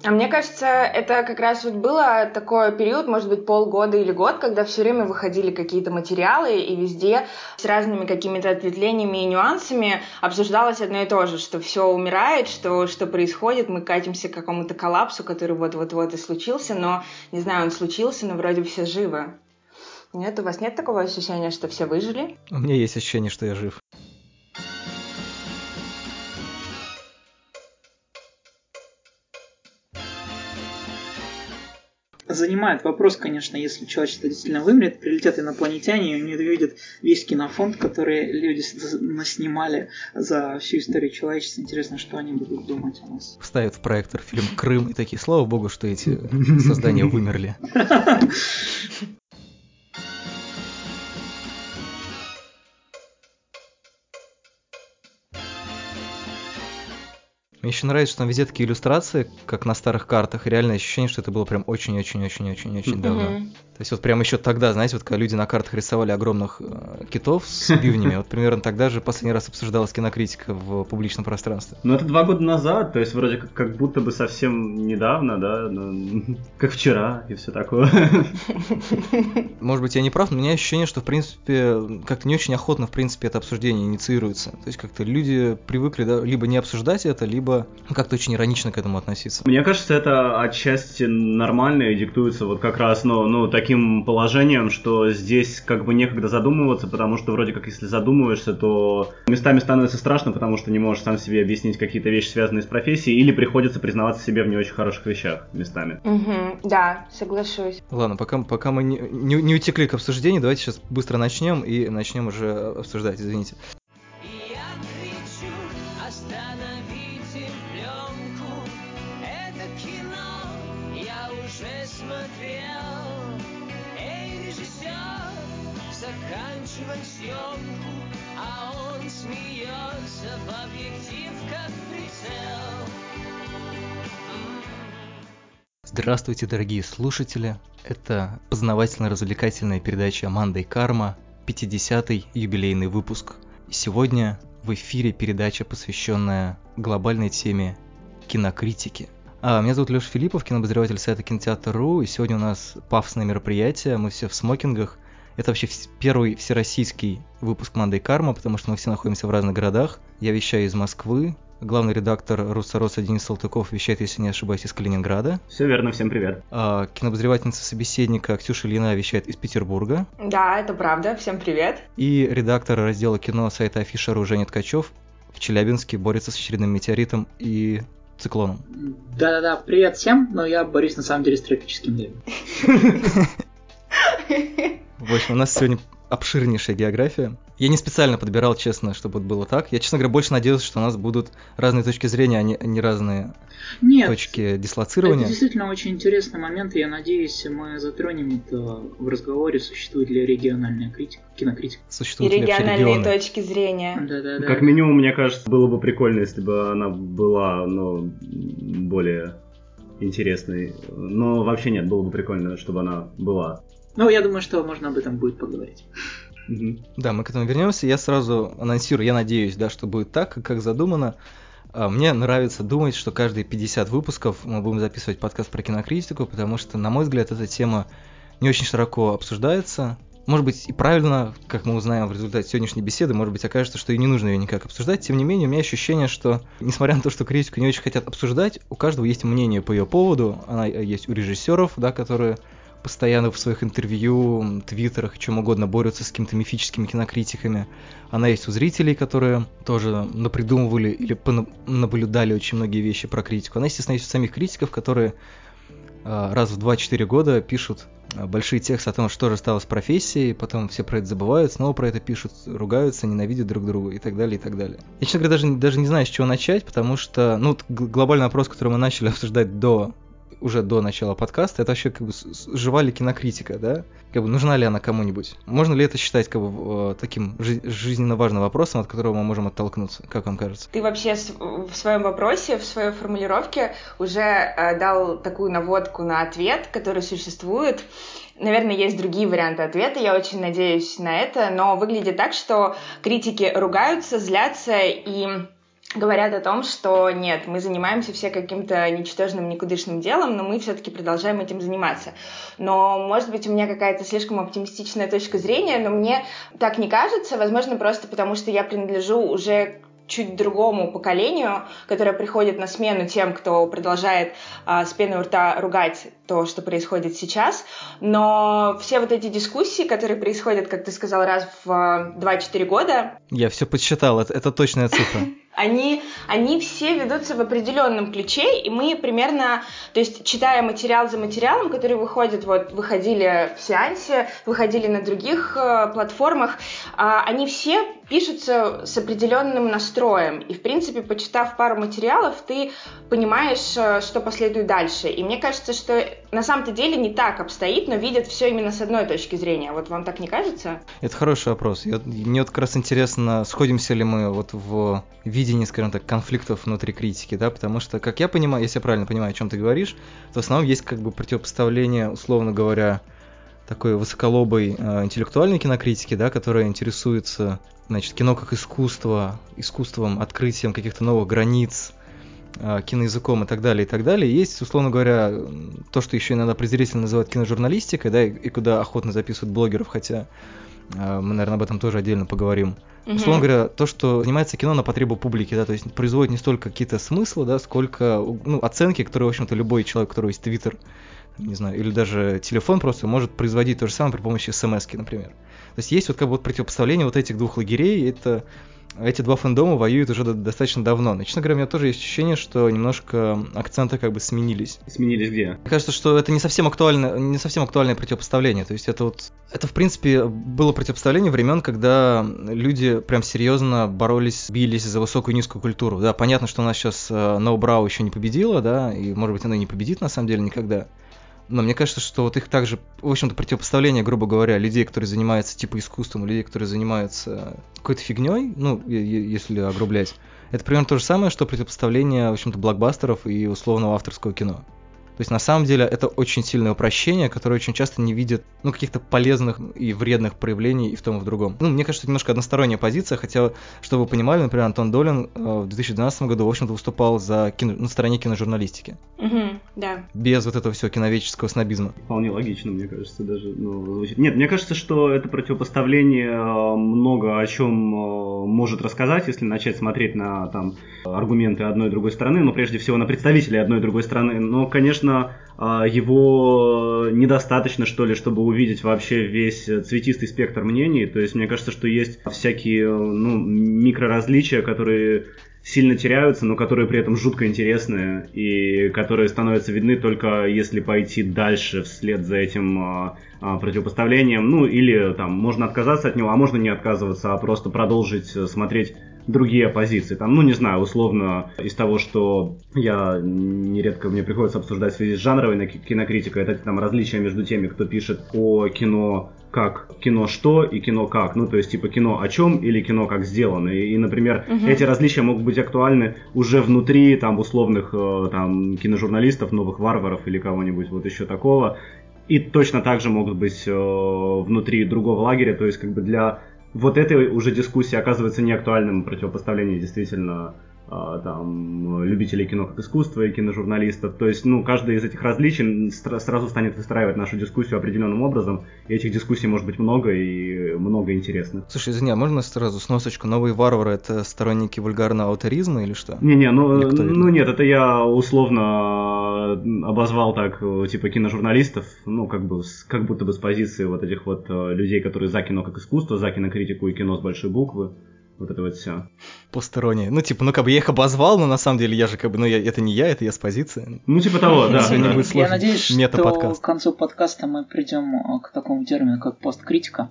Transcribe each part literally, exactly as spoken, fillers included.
А мне кажется, это как раз вот было такой период, может быть, полгода или год, когда все время выходили какие-то материалы, и везде с разными какими-то ответвлениями и нюансами обсуждалось одно и то же, что все умирает, что, что происходит, мы катимся к какому-то коллапсу, который вот-вот-вот и случился, но, не знаю, он случился, но вроде все живы. Нет, у вас нет такого ощущения, что все выжили? У меня есть ощущение, что я жив. Занимает вопрос, конечно, если человечество действительно вымрет, прилетят инопланетяне, и они увидят весь кинофонд, который люди наснимали за всю историю человечества. Интересно, что они будут думать о нас. Вставят в проектор фильм «Крым» и такие, слава богу, что эти создания вымерли. Мне еще нравится, что там везде такие иллюстрации, как на старых картах, и реальное ощущение, что это было прям очень-очень-очень-очень-очень давно. Mm-hmm. То есть вот прям еще тогда, знаете, вот когда люди на картах рисовали огромных э, китов с бивнями, вот примерно тогда же последний раз обсуждалась кинокритика в публичном пространстве. Ну это два года назад, то есть вроде как, как будто бы совсем недавно, да, но, как вчера и все такое. Может быть, я не прав, но у меня ощущение, что в принципе как-то не очень охотно в принципе это обсуждение инициируется. То есть как-то люди привыкли, да, либо не обсуждать это, либо как-то очень иронично к этому относиться. Мне кажется, это отчасти нормально и диктуется вот как раз, ну, ну, таким положением, что здесь как бы некогда задумываться, потому что вроде как если задумываешься, то местами становится страшно, потому что не можешь сам себе объяснить какие-то вещи, связанные с профессией, или приходится признаваться себе в не очень хороших вещах местами. Угу, да, соглашусь. Ладно, пока, пока мы не, не, не утекли к обсуждению, давайте сейчас быстро начнем и начнем уже обсуждать, извините. Здравствуйте, дорогие слушатели! Это познавательно-развлекательная передача «Манда и Карма», пятидесятый юбилейный выпуск. И сегодня в эфире передача, посвященная глобальной теме кинокритики. А, меня зовут Леша Филиппов, кинообозреватель сайта кинотеатр точка ру, и сегодня у нас пафосное мероприятие, мы все в смокингах. Это вообще первый всероссийский выпуск «Манда и Карма», потому что мы все находимся в разных городах. Я вещаю из Москвы. Главный редактор «Руссороса» Денис Салтыков вещает, если не ошибаюсь, из Калининграда. Все верно, всем привет. А, кинообозревательница собеседника Ксюша Ильина вещает из Петербурга. Да, это правда, всем привет. И редактор раздела кино сайта Афиша.ру Женя Ткачев в Челябинске борется с очередным метеоритом и циклоном. Да-да-да, привет всем, но я борюсь на самом деле с тропическим левым. В общем, у нас сегодня обширнейшая география. Я не специально подбирал, честно, чтобы было так. Я, честно говоря, больше надеялся, что у нас будут разные точки зрения, а не, а не разные Нет, точки дислоцирования. Это действительно очень интересный момент, и я надеюсь, мы затронем это в разговоре, существует ли региональная критика, кинокритика. Существуют и региональные точки зрения. Да-да-да. Как минимум, мне кажется, было бы прикольно, если бы она была, ну, более интересной. Но вообще нет, было бы прикольно, чтобы она была. Ну, я думаю, что можно об этом будет поговорить. Mm-hmm. Да, мы к этому вернемся. Я сразу анонсирую, я надеюсь, да, что будет так, как задумано. Мне нравится думать, что каждые пятьдесят выпусков мы будем записывать подкаст про кинокритику, потому что, на мой взгляд, эта тема не очень широко обсуждается. Может быть, и правильно, как мы узнаем в результате сегодняшней беседы, может быть, окажется, что и не нужно ее никак обсуждать. Тем не менее, у меня ощущение, что, несмотря на то, что критику не очень хотят обсуждать, у каждого есть мнение по ее поводу. Она есть у режиссеров, да, которые постоянно в своих интервью, твиттерах и чем угодно борются с какими-то мифическими кинокритиками. Она есть у зрителей, которые тоже напридумывали или наблюдали очень многие вещи про критику. Она, естественно, есть у самих критиков, которые раз в два-четыре года пишут большие тексты о том, что же стало с профессией, потом все про это забывают, снова про это пишут, ругаются, ненавидят друг друга и так далее, и так далее. Я, честно говоря, даже, даже не знаю, с чего начать, потому что, ну, глобальный вопрос, который мы начали обсуждать до уже до начала подкаста, это вообще как бы жива ли кинокритика, да? Как бы нужна ли она кому-нибудь? Можно ли это считать как бы таким жи- жизненно важным вопросом, от которого мы можем оттолкнуться? Как вам кажется? Ты вообще в своем вопросе, в своей формулировке уже э, дал такую наводку на ответ, который существует. Наверное, есть другие варианты ответа, я очень надеюсь на это, но выглядит так, что критики ругаются, злятся и говорят о том, что нет, мы занимаемся все каким-то ничтожным, никудышным делом, но мы все-таки продолжаем этим заниматься. Но, может быть, у меня какая-то слишком оптимистичная точка зрения, но мне так не кажется, возможно, просто потому что я принадлежу уже чуть другому поколению, которое приходит на смену тем, кто продолжает а, с пеной у рта ругать то, что происходит сейчас. Но все вот эти дискуссии, которые происходят, как ты сказал, раз в два-четыре года... Я все подсчитал, это, это точная цифра. Они, они все ведутся в определенном ключе, и мы примерно, то есть читая материал за материалом, которые выходят, вот выходили в сеансе, выходили на других э, платформах, э, они все пишутся с определенным настроем. И, в принципе, почитав пару материалов, ты понимаешь, э, что последует дальше. И мне кажется, что на самом-то деле не так обстоит, но видят все именно с одной точки зрения. Вот вам так не кажется? Это хороший вопрос. Я, мне вот как раз интересно, сходимся ли мы вот в видении, скажем так, конфликтов внутри критики, да, потому что, как я понимаю, если я правильно понимаю, о чем ты говоришь, то в основном есть как бы противопоставление, условно говоря, такой высоколобой э, интеллектуальной кинокритики, да, которая интересуется, значит, кино как искусство, искусством, открытием каких-то новых границ, э, киноязыком и так далее, и так далее. Есть, условно говоря, то, что еще иногда презрительно называют киножурналистикой, да, и, и куда охотно записывают блогеров, хотя э, мы, наверное, об этом тоже отдельно поговорим. Mm-hmm. Условно говоря, то, что занимается кино на потребу публики, да, то есть производит не столько какие-то смыслы, да, сколько, ну, оценки, которые, в общем-то, любой человек, у которого есть твиттер, не знаю, или даже телефон просто может производить то же самое при помощи смс-ки, например. То есть есть вот как бы вот противопоставление вот этих двух лагерей, это эти два фэндома воюют уже достаточно давно. Но, честно говоря, у меня тоже есть ощущение, что немножко акценты как бы сменились. Сменились где? Мне кажется, что это не совсем актуально, не совсем актуальное противопоставление. То есть это вот, это в принципе было противопоставление времен, когда люди прям серьезно боролись, бились за высокую и низкую культуру. Да, понятно, что у нас сейчас ноу-брау еще не победила, да, и может быть она и не победит на самом деле никогда. Но мне кажется, что вот их также, в общем-то, противопоставление, грубо говоря, людей, которые занимаются типа искусством, людей, которые занимаются какой-то фигней, ну, если огрублять, это примерно то же самое, что противопоставление, в общем-то, блокбастеров и условного авторского кино. То есть, на самом деле, это очень сильное упрощение, которое очень часто не видит, ну, каких-то полезных и вредных проявлений и в том, и в другом. Ну, мне кажется, это немножко односторонняя позиция, хотя, чтобы вы понимали, например, Антон Долин в две тысячи двенадцатом году, в общем-то, выступал за кино, на стороне киножурналистики. Угу, да. Без вот этого всего киноведческого снобизма. Вполне логично, мне кажется, даже. Ну, звучит. Нет, мне кажется, что это противопоставление много о чем может рассказать, если начать смотреть на там аргументы одной и другой стороны, но прежде всего на представителей одной и другой стороны. Но, конечно, его недостаточно, что ли, чтобы увидеть вообще весь цветистый спектр мнений. То есть, мне кажется, что есть всякие, ну, микроразличия, которые сильно теряются, но которые при этом жутко интересные и которые становятся видны только если пойти дальше вслед за этим а, а, противопоставлением. Ну, или там можно отказаться от него, а можно не отказываться, а просто продолжить смотреть другие позиции. Там, ну, не знаю, условно, из того, что я нередко мне приходится обсуждать в связи с жанровой кинокритикой, это там различия между теми, кто пишет о кино как кино что и кино как. Ну, то есть, типа, кино о чем или кино как сделано. И, и например, угу. эти различия могут быть актуальны уже внутри, там, условных, там, киножурналистов, новых варваров или кого-нибудь вот еще такого. И точно так же могут быть э, внутри другого лагеря. То есть, как бы для вот этой уже дискуссии оказывается неактуальным противопоставление действительно э, там, любителей кино как искусства и киножурналистов. То есть, ну, каждый из этих различий сразу станет выстраивать нашу дискуссию определенным образом. И этих дискуссий может быть много и много интересных. Слушай, извини, а можно сразу сносочку? Новые варвары — это сторонники вульгарного авторизма или что? Не-не, ну, ну нет, это я условно обозвал так, типа, киножурналистов, ну, как бы, как будто бы с позиции вот этих вот людей, которые за кино как искусство, за кинокритику и кино с большой буквы. Вот это вот все. Посторонние. Ну, типа, ну, как бы я их обозвал, но на самом деле я же, как бы, ну, я, это не я, это я с позиции. Ну, типа того, да. Я, я надеюсь, что к концу подкаста мы придем к такому термину, как посткритика.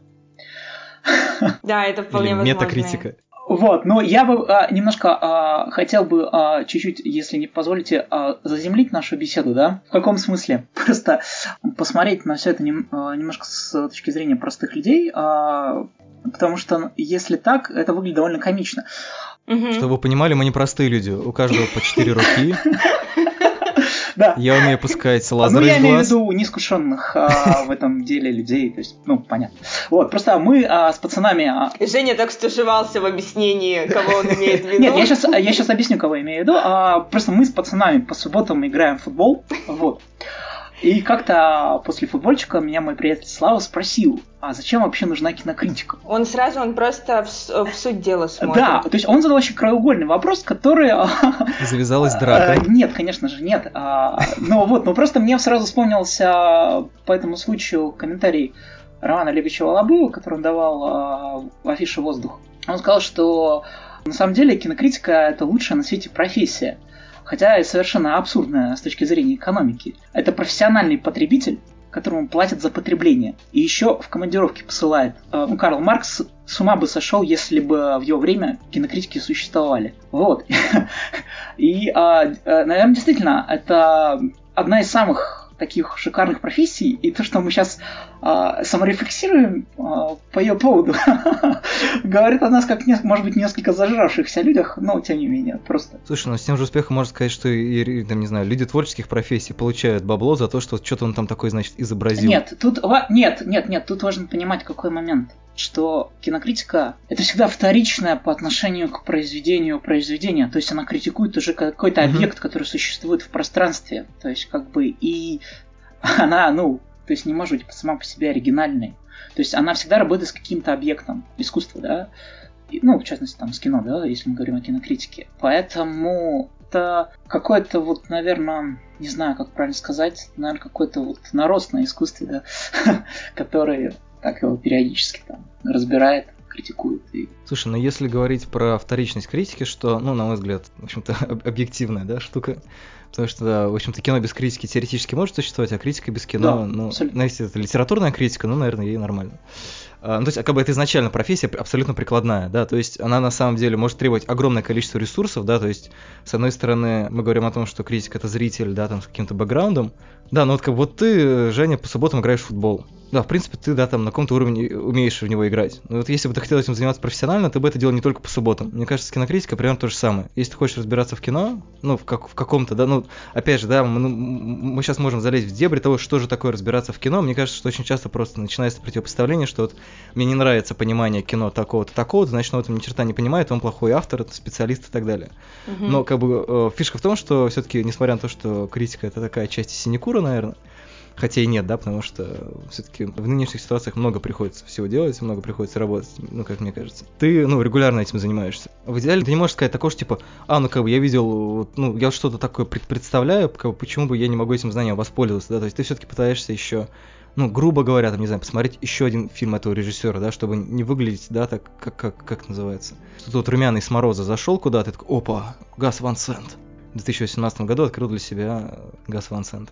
Да, это вполне возможно. Метакритика. Вот, но я бы а, немножко а, хотел бы а, чуть-чуть, если не позволите, а, заземлить нашу беседу, да? В каком смысле? Просто посмотреть на все это нем, а, немножко с точки зрения простых людей, а, потому что если так, это выглядит довольно комично. Чтобы вы понимали, мы не простые люди, у каждого по четыре руки. Да. Я умею пускать лазер Ну, из я имею в глаз. виду неискушенных а, в этом деле людей. То есть, ну, понятно. Вот, просто мы а, с пацанами... а, Женя так стушевался в объяснении, кого он имеет в виду. Нет, я сейчас, я сейчас объясню, кого я имею в виду. А, просто мы с пацанами по субботам играем в футбол. Вот. И как-то после футбольчика меня мой приятель Слава спросил, а зачем вообще нужна кинокритика? Он сразу, он просто в, с- в суть дела смотрит. Да, то есть он задал очень краеугольный вопрос, который... Завязалась драка. Нет, конечно же, нет. А, Ну вот, ну просто мне сразу вспомнился по этому случаю комментарий Романа Олеговича Волобуева, который он давал а, в афише «Воздух». Он сказал, что на самом деле кинокритика – это лучшая на свете профессия. Хотя и совершенно абсурдная с точки зрения экономики. Это профессиональный потребитель, которому платят за потребление. И еще в командировке посылает. Ну, Карл Маркс с ума бы сошел, если бы в его время кинокритики существовали. Вот. И, наверное, действительно, это одна из самых таких шикарных профессий, и то, что мы сейчас э, саморефлексируем э, по ее поводу, говорит о нас как, не, может быть, несколько зажравшихся людях, но тем не менее, просто. Слушай, ну с тем же успехом можно сказать, что и, там, не знаю, люди творческих профессий получают бабло за то, что что-то он там такое, значит, изобразил. Нет, тут, нет, нет, нет, тут важно понимать, какой момент. Что кинокритика – это всегда вторичная по отношению к произведению произведения. То есть она критикует уже какой-то mm-hmm. объект, который существует в пространстве. То есть как бы и она, ну, то есть не может быть сама по себе оригинальной. То есть она всегда работает с каким-то объектом искусства, да. И, ну, в частности, там, с кино, да, если мы говорим о кинокритике. Поэтому это какое-то вот, наверное, не знаю, как правильно сказать, наверное, какой-то вот нарост на искусстве, да, который... так его периодически там разбирает, критикует. И... Слушай, ну если говорить про вторичность критики, что, ну, на мой взгляд, в общем-то, объективная, да, штука, потому что, в общем-то, кино без критики теоретически может существовать, а критика без кино, да, ну, ну, если это литературная критика, ну, наверное, ей нормально. Ну, то есть, как бы это изначально профессия абсолютно прикладная, да, то есть она на самом деле может требовать огромное количество ресурсов, да, то есть, с одной стороны, мы говорим о том, что критик — это зритель, да, там, с каким-то бэкграундом, да, но вот как вот ты, Женя, по субботам играешь в футбол, да, в принципе, ты, да, там, на каком-то уровне умеешь в него играть, но вот если бы ты хотел этим заниматься профессионально, ты бы это делал не только по субботам, мне кажется, с кинокритикой примерно то же самое, если ты хочешь разбираться в кино, ну, в, как, в каком-то, да, ну, опять же, да, мы, мы сейчас можем залезть в дебри того, что же такое разбираться в кино, мне кажется, что очень часто просто начинается противопоставление, что вот мне не нравится понимание кино такого-то, такого-то, значит, он в этом ни черта не понимает, он плохой автор, это специалист и так далее. Uh-huh. Но как бы э, фишка в том, что все-таки, несмотря на то, что критика — это такая часть синекура, наверное, хотя и нет, да, потому что все-таки в нынешних ситуациях много приходится всего делать, много приходится работать, ну, как мне кажется. Ты, ну, регулярно этим занимаешься. В идеале ты не можешь сказать такого, что, типа, а, ну, как бы я видел, ну, я что-то такое представляю, как бы, почему бы я не могу этим знанием воспользоваться, да, то есть ты все-таки пытаешься еще, ну, грубо говоря, там, не знаю, посмотреть еще один фильм этого режиссера, да, чтобы не выглядеть, да, так, как, как, как называется. Тут вот «Румяный с мороза» зашел куда-то, такой, опа, Гас Ван Сент. В две тысячи восемнадцатом году открыл для себя Гас Ван Сента.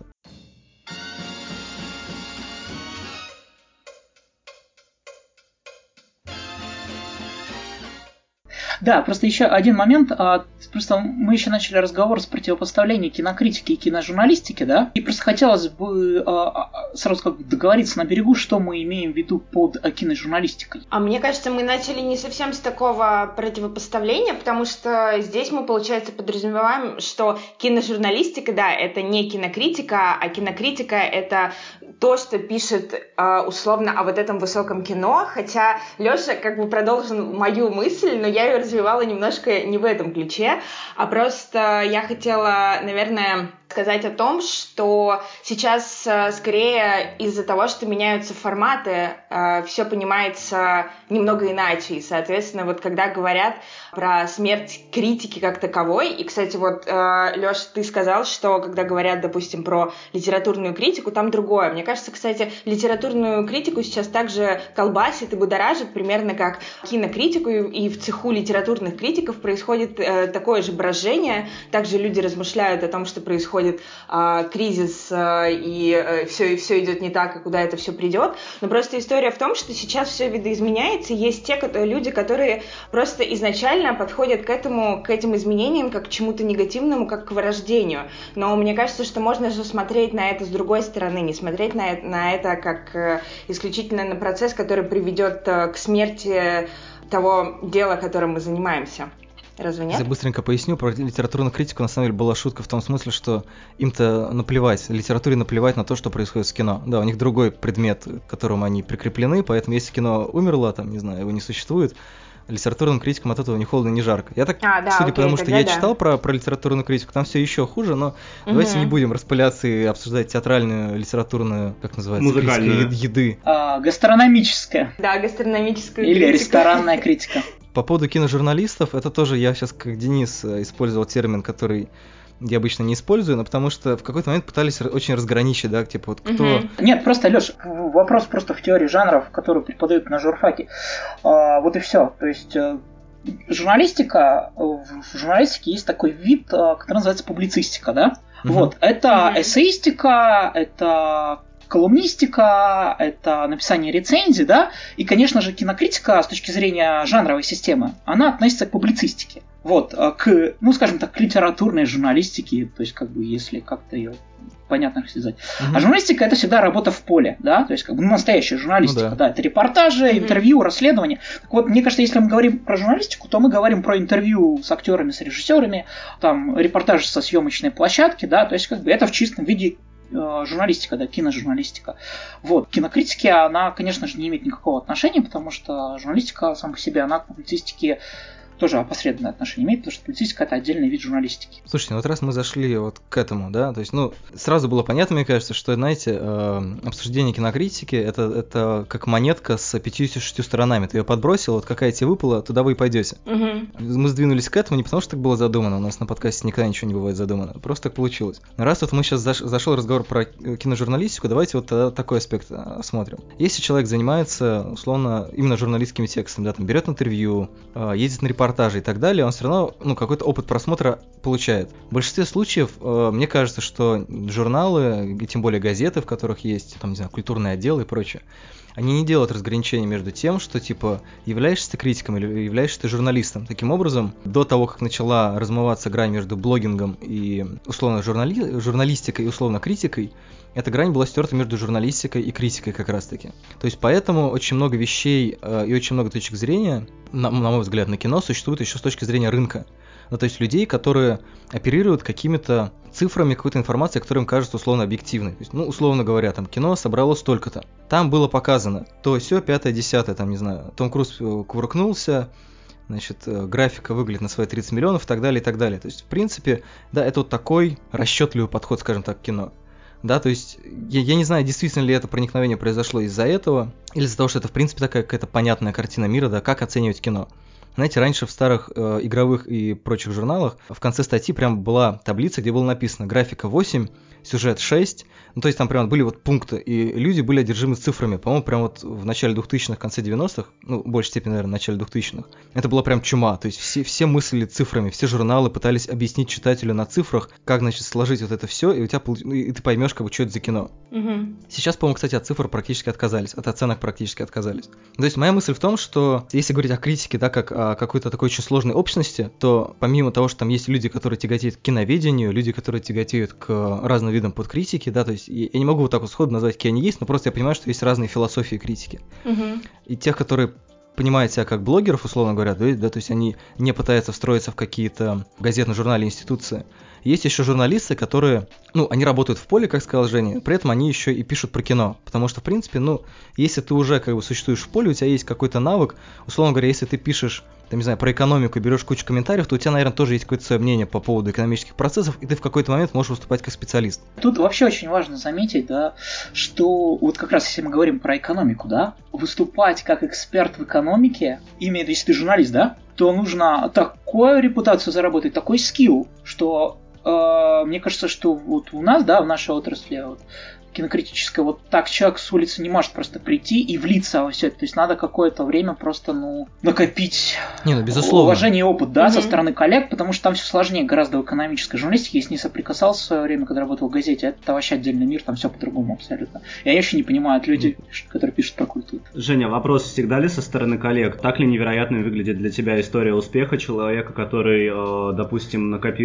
Да, просто еще один момент. Просто мы еще начали разговор с противопоставлением кинокритики и киножурналистики, да? И просто хотелось бы сразу как бы договориться на берегу, что мы имеем в виду под киножурналистикой. А мне кажется, мы начали не совсем с такого противопоставления, потому что здесь мы, получается, подразумеваем, что киножурналистика, да, это не кинокритика, а кинокритика — это то, что пишет условно о вот этом высоком кино, хотя Лёша как бы продолжил мою мысль, но я ее развивала немножко не в этом ключе, а просто я хотела, наверное, сказать о том, что сейчас скорее из-за того, что меняются форматы, все понимается немного иначе. И, соответственно, вот когда говорят про смерть критики как таковой, и, кстати, вот, Лёш, ты сказал, что когда говорят, допустим, про литературную критику, там другое. Мне кажется, кстати, литературную критику сейчас также колбасит и будоражит, примерно как кинокритику, и в цеху литературных критиков происходит такое же брожение, также люди размышляют о том, что происходит Uh, кризис uh, и uh, все, и все идет не так, и куда это все придет. Но просто история в том, что сейчас все видоизменяется, и есть те которые, люди, которые просто изначально подходят к этому, к этим изменениям как к чему-то негативному, как к вырождению. Но мне кажется, что можно же смотреть на это с другой стороны, не смотреть на это, на это как uh, исключительно на процесс, который приведет uh, к смерти того дела, которым мы занимаемся. Разве нет? Я быстренько поясню, про литературную критику на самом деле была шутка в том смысле, что им-то наплевать, литературе наплевать на то, что происходит с кино. Да, у них другой предмет, к которому они прикреплены, поэтому если кино умерло, там, не знаю, его не существует, литературным критикам от этого ни холодно, ни жарко. Я так, а, да, судя окей, по тому, что тогда я да. читал про, про литературную критику, там все еще хуже, но угу. давайте не будем распыляться и обсуждать театральную, литературную, как называется, музыкальную еды. А, гастрономическая. Да, гастрономическая Или критика. ресторанная критика. По поводу киножурналистов, это тоже я сейчас, как Денис, использовал термин, который я обычно не использую, но потому что в какой-то момент пытались очень разграничить, да, типа вот кто... Uh-huh. Нет, просто, Лёш, вопрос просто в теории жанров, которую преподают на журфаке. А, вот и все. То есть журналистика, в журналистике есть такой вид, который называется публицистика, да? Uh-huh. Вот, это uh-huh. эссеистика, это... колумнистика, это написание рецензий, да, и, конечно же, кинокритика с точки зрения жанровой системы, она относится к публицистике. Вот, к, ну, скажем так, к литературной журналистике, то есть, как бы, если как-то ее понятно связать. Mm-hmm. А журналистика – это всегда работа в поле, да, то есть, как бы, настоящая журналистика, ну, да. да, это репортажи, mm-hmm. интервью, расследования. Так вот, мне кажется, если мы говорим про журналистику, то мы говорим про интервью с актерами, с режиссерами, там, репортажи со съемочной площадки, да, то есть, как бы, это в чистом виде журналистика, да, киножурналистика. Вот. К кинокритике она, конечно же, не имеет никакого отношения, потому что журналистика сама по себе, она к публицистике тоже опосредованное отношение имеет, потому что публицистика – это отдельный вид журналистики. Слушайте, ну вот раз мы зашли вот к этому, да, то есть, ну, сразу было понятно, мне кажется, что, знаете, э, обсуждение кинокритики это, – это как монетка с пятьюдесятью сторонами. Ты ее подбросил, вот какая тебе выпала, туда вы и пойдете. Угу. Мы сдвинулись к этому не потому, что так было задумано, у нас на подкасте никогда ничего не бывает задумано, просто так получилось. Но раз вот мы сейчас заш, зашел разговор про киножурналистику, давайте вот тогда такой аспект осмотрим. Если человек занимается, условно, именно журналистскими текстами, да, там, берет интервью, э, ездит на репортаж, и так далее, он все равно, ну, какой-то опыт просмотра получает. В большинстве случаев, э, мне кажется, что журналы, и тем более газеты, в которых есть, там, не знаю, культурный отдел и прочее, они не делают разграничения между тем, что, типа, являешься ты критиком или являешься ты журналистом. Таким образом, до того, как начала размываться грань между блогингом и, условно, журнали... журналистикой и, условно, критикой, эта грань была стерта между журналистикой и критикой как раз-таки. То есть поэтому очень много вещей э, и очень много точек зрения, на, на мой взгляд, на кино существует еще с точки зрения рынка. Ну, то есть людей, которые оперируют какими-то цифрами, какой-то информацией, которая им кажется условно объективной. То есть, ну, условно говоря, там кино собрало столько-то. Там было показано то, сё, пятое, десятое, там, не знаю, Том Круз кувыркнулся, значит, графика выглядит на свои тридцать миллионов и так далее, и так далее. То есть, в принципе, да, это вот такой расчетливый подход, скажем так, к кино. Да, то есть, я, я не знаю, действительно ли это проникновение произошло из-за этого, или из-за того, что это, в принципе, такая какая-то понятная картина мира, да, как оценивать кино. Знаете, раньше в старых э, игровых и прочих журналах в конце статьи прям была таблица, где было написано графика восемь, сюжет шесть, ну то есть там прям были вот пункты, и люди были одержимы цифрами. По-моему, прям вот в начале двухтысячных, в конце девяностых, ну в большей степени, наверное, в начале двухтысячных, это была прям чума, то есть все, все мыслили цифрами, все журналы пытались объяснить читателю на цифрах, как, значит, сложить вот это все, и у тебя и ты поймешь, как бы, что это за кино. Угу. Сейчас, по-моему, кстати, от цифр практически отказались, от оценок практически отказались. То есть моя мысль в том, что если говорить о критике, да, как о какой-то такой очень сложной общности, то помимо того, что там есть люди, которые тяготеют к киноведению, люди, которые тяготеют к разным видам подкритики, да, то есть я не могу вот так вот сходу назвать, какие они есть, но просто я понимаю, что есть разные философии критики. Угу. И тех, которые понимают себя как блогеров, условно говоря, да, да, то есть они не пытаются встроиться в какие-то газетно-журнальные институции. Есть еще журналисты, которые, ну, они работают в поле, как сказал Женя, при этом они еще и пишут про кино, потому что, в принципе, ну, если ты уже как бы существуешь в поле, у тебя есть какой-то навык, условно говоря, если ты пишешь, там, не знаю, про экономику, берешь кучу комментариев, то у тебя, наверное, тоже есть какое-то свое мнение по поводу экономических процессов, и ты в какой-то момент можешь выступать как специалист. Тут вообще очень важно заметить, да, что вот как раз если мы говорим про экономику, да, выступать как эксперт в экономике, имея в виду, если ты журналист, да, то нужно такую репутацию заработать, такой скилл, что э, мне кажется, что вот у нас, да, в нашей отрасли, вот, кинокритическая, вот так человек с улицы не может просто прийти и влиться во все это. То есть надо какое-то время просто, ну, накопить не, ну, безусловно. уважение и опыт, да, угу. со стороны коллег, потому что там все сложнее гораздо в экономической журналистике. Если не соприкасался в свое время, когда работал в газете, это вообще отдельный мир, там все по-другому абсолютно. Я вообще не понимаю от людей, которые пишут про культуру. Женя, вопрос всегда ли со стороны коллег? Так ли невероятно выглядит для тебя история успеха человека, который, допустим, накопил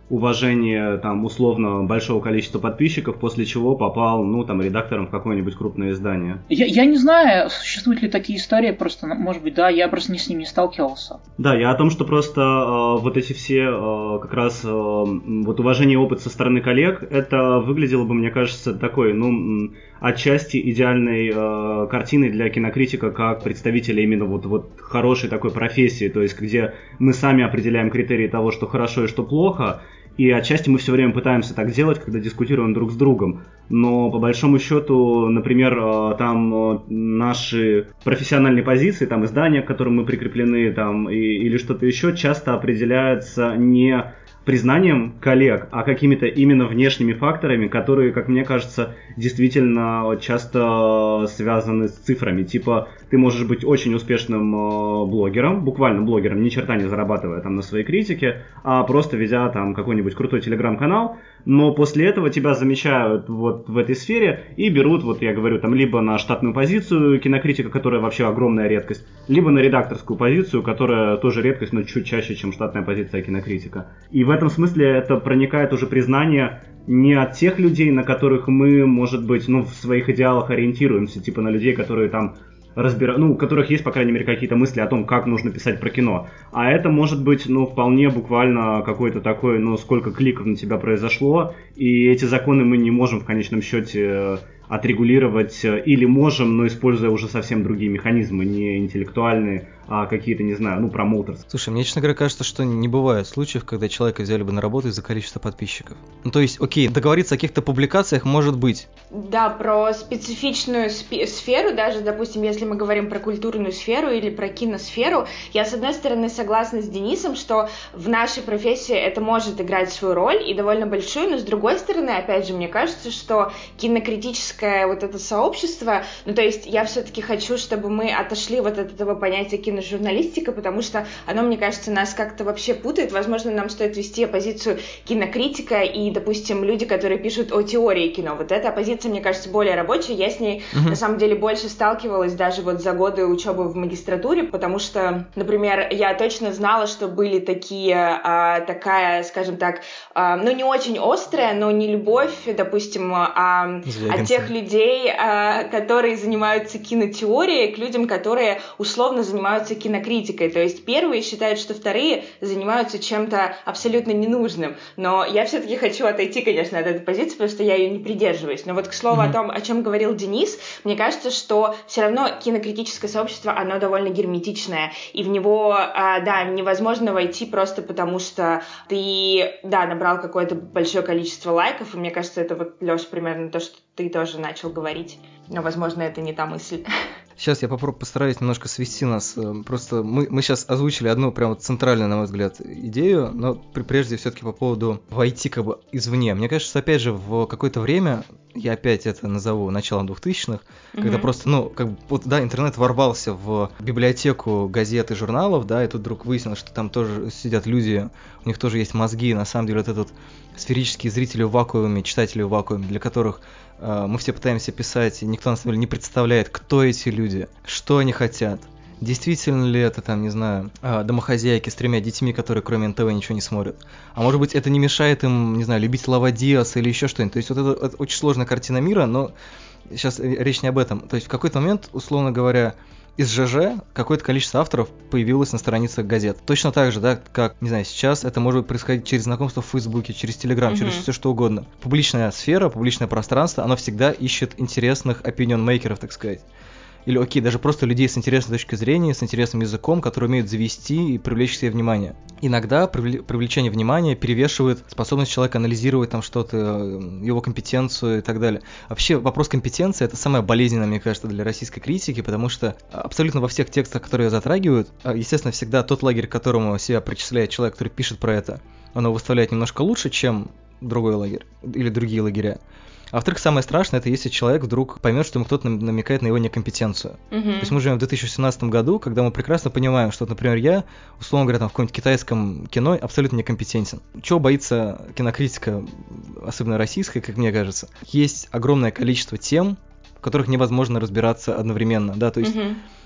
уважение там условно большого количества подписчиков, после чего попал, ну, там, редактором в какое-нибудь крупное издание. Я, я не знаю, существуют ли такие истории, просто, может быть, да, я просто не с ними не сталкивался. Да, я о том, что просто э, вот эти все э, как раз э, вот уважение и опыт со стороны коллег, это выглядело бы, мне кажется, такой, ну, отчасти идеальной э, картиной для кинокритика как представителя именно вот, вот хорошей такой профессии, то есть где мы сами определяем критерии того, что хорошо и что плохо, и отчасти мы все время пытаемся так делать, когда дискутируем друг с другом. Но по большому счету, например, там наши профессиональные позиции, там издания, к которым мы прикреплены, там, и, или что-то еще, часто определяются не признанием коллег, а какими-то именно внешними факторами, которые, как мне кажется, действительно часто связаны с цифрами. Типа, ты можешь быть очень успешным э, блогером, буквально блогером, ни черта не зарабатывая там на своей критике, а просто ведя там какой-нибудь крутой телеграм-канал, но после этого тебя замечают вот в этой сфере и берут, вот я говорю, там либо на штатную позицию кинокритика, которая вообще огромная редкость, либо на редакторскую позицию, которая тоже редкость, но чуть чаще, чем штатная позиция кинокритика. И в этом смысле это проникает уже признание не от тех людей, на которых мы, может быть, ну, в своих идеалах ориентируемся, типа на людей, которые там разбира... ну, у которых есть, по крайней мере, какие-то мысли о том, как нужно писать про кино. А это может быть, ну, вполне буквально какой-то такой, ну, сколько кликов на тебя произошло, и эти законы мы не можем в конечном счете отрегулировать, или можем, но используя уже совсем другие механизмы, не интеллектуальные, а какие-то, не знаю, ну, промоутерс. Слушай, мне, честно говоря, кажется, что не бывает случаев, когда человека взяли бы на работу из-за количества подписчиков. Ну, то есть, окей, договориться о каких-то публикациях может быть. Да, про специфичную спи- сферу, даже, допустим, если мы говорим про культурную сферу или про киносферу, я, с одной стороны, согласна с Денисом, что в нашей профессии это может играть свою роль, и довольно большую, но, с другой стороны, опять же, мне кажется, что кинокритическое вот это сообщество, ну, то есть, я все-таки хочу, чтобы мы отошли вот от этого понятия киножурналистика, потому что оно, мне кажется, нас как-то вообще путает. Возможно, нам стоит вести оппозицию кинокритика и, допустим, люди, которые пишут о теории кино. Вот эта оппозиция, мне кажется, более рабочая. Я с ней, uh-huh. на самом деле, больше сталкивалась даже вот за годы учебы в магистратуре, потому что, например, я точно знала, что были такие, а, такая, скажем так, а, ну, не очень острая, но не любовь, допустим, а, от тех людей, а, которые занимаются кинотеорией, к людям, которые условно занимаются кинокритикой. То есть первые считают, что вторые занимаются чем-то абсолютно ненужным. Но я все-таки хочу отойти, конечно, от этой позиции, потому что я ее не придерживаюсь. Но вот к слову mm-hmm. о том, о чем говорил Денис, мне кажется, что все равно кинокритическое сообщество, оно довольно герметичное. И в него, а, да, невозможно войти просто потому, что ты, да, набрал какое-то большое количество лайков. И мне кажется, это вот, Леша, примерно то, что ты тоже начал говорить. Но, возможно, это не та мысль. Сейчас я попробую постараюсь немножко свести нас. Просто мы, мы сейчас озвучили одну прям центральную, на мой взгляд, идею, но прежде все-таки по поводу войти как бы извне. Мне кажется, опять же, в какое-то время, я опять это назову началом двухтысячных, mm-hmm. когда просто, ну, как бы, вот, да, интернет ворвался в библиотеку газет и журналов, да, и тут вдруг выяснилось, что там тоже сидят люди, у них тоже есть мозги, на самом деле, вот этот сферические зрители в вакууме, читатели в вакууме, для которых э, мы все пытаемся писать, и никто на самом деле не представляет, кто эти люди, что они хотят. Действительно ли это, там, не знаю, домохозяйки с тремя детьми, которые кроме эн тэ вэ ничего не смотрят? А может быть, это не мешает им, не знаю, любить Лава Диаса или еще что-нибудь? То есть вот это, это очень сложная картина мира, но сейчас речь не об этом. То есть в какой-то момент, условно говоря, из ЖЖ какое-то количество авторов появилось на страницах газет. Точно так же, да, как, не знаю, сейчас это может происходить через знакомство в Фейсбуке, через Телеграм, mm-hmm. через все что угодно. Публичная сфера, публичное пространство, оно всегда ищет интересных opinion-мейкеров, так сказать. Или, окей, даже просто людей с интересной точкой зрения, с интересным языком, которые умеют завести и привлечь к себе внимание. Иногда привлечение внимания перевешивает способность человека анализировать там что-то, его компетенцию и так далее. Вообще вопрос компетенции — это самое болезненное, мне кажется, для российской критики, потому что абсолютно во всех текстах, которые ее затрагивают, естественно, всегда тот лагерь, к которому себя причисляет человек, который пишет про это, он его выставляет немножко лучше, чем другой лагерь или другие лагеря. А во-вторых, самое страшное, это если человек вдруг поймет, что ему кто-то намекает на его некомпетенцию. Uh-huh. То есть мы живем в две тысячи семнадцатом году, когда мы прекрасно понимаем, что, например, я, условно говоря, там, в каком-нибудь китайском кино абсолютно некомпетентен. Чего боится кинокритика, особенно российская, как мне кажется? Есть огромное количество тем, в которых невозможно разбираться одновременно, да, то есть... Uh-huh.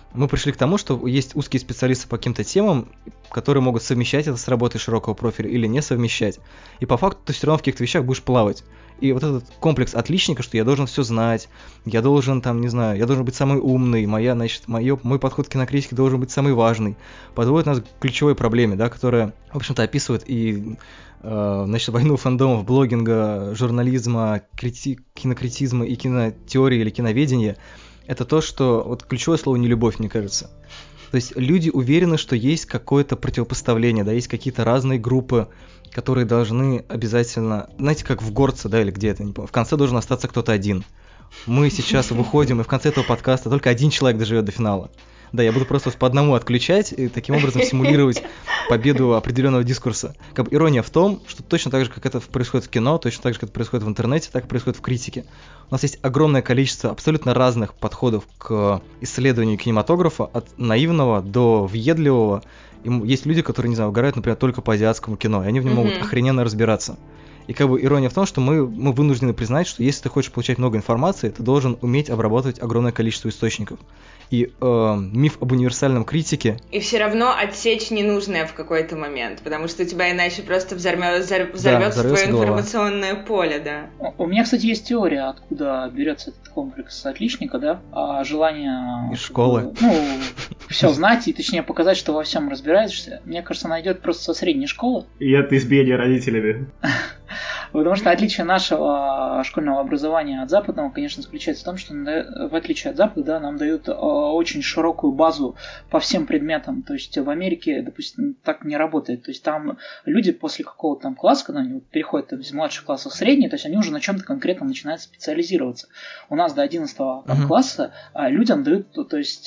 Мы пришли к тому, что есть узкие специалисты по каким-то темам, которые могут совмещать это с работой широкого профиля или не совмещать. И по факту ты все равно в каких-то вещах будешь плавать. И вот этот комплекс отличника, что я должен все знать, я должен, там, не знаю, я должен быть самый умный, моя, значит, моё, мой подход к кинокритике должен быть самый важный, подводит нас к ключевой проблеме, да, которая, в общем-то, описывает и э, значит, войну фандомов, блогинга, журнализма, крити- кинокритизма и кинотеории или киноведения. Это то, что... Вот ключевое слово не любовь, мне кажется. То есть люди уверены, что есть какое-то противопоставление, да, есть какие-то разные группы, которые должны обязательно... Знаете, как в Горце, да, или где-то, не помню. В конце должен остаться кто-то один. Мы сейчас выходим, и в конце этого подкаста только один человек доживет до финала. Да, я буду просто по одному отключать и таким образом симулировать победу определенного дискурса. Как бы ирония в том, что точно так же, как это происходит в кино, точно так же, как это происходит в интернете, так и происходит в критике. У нас есть огромное количество абсолютно разных подходов к исследованию кинематографа, от наивного до въедливого. И есть люди, которые, не знаю, угорают, например, только по азиатскому кино, и они в нем mm-hmm. могут охрененно разбираться. И как бы ирония в том, что мы, мы вынуждены признать, что если ты хочешь получать много информации, ты должен уметь обрабатывать огромное количество источников. И э, миф об универсальном критике... И все равно отсечь ненужное в какой-то момент, потому что у тебя иначе просто взорвё... взор... взорвется да, твое голова. информационное поле, да. У меня, кстати, есть теория, откуда берется этот комплекс отличника, да, а желание... Из школы. Бы, ну, все знать и, точнее, показать, что во всем разбираешься. Мне кажется, она идет просто со средней школы. И это избиение родителями. Потому что отличие нашего школьного образования от западного, конечно, заключается в том, что в отличие от Запада, да, нам дают очень широкую базу по всем предметам. То есть в Америке, допустим, так не работает. То есть там люди после какого-то там класса, когда они переходят из младших классов в средние, то есть они уже на чем-то конкретно начинают специализироваться. У нас до одиннадцатого там, uh-huh. класса людям дают, то есть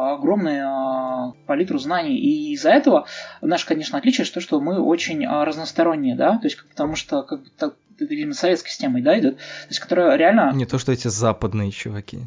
огромную палитру знаний. И из-за этого наше, конечно, отличие, что, что мы очень разносторонние, да, то есть потому что как бы так это, видимо, советской системой, да, идет, то есть, которая реально... Не то, что эти западные чуваки.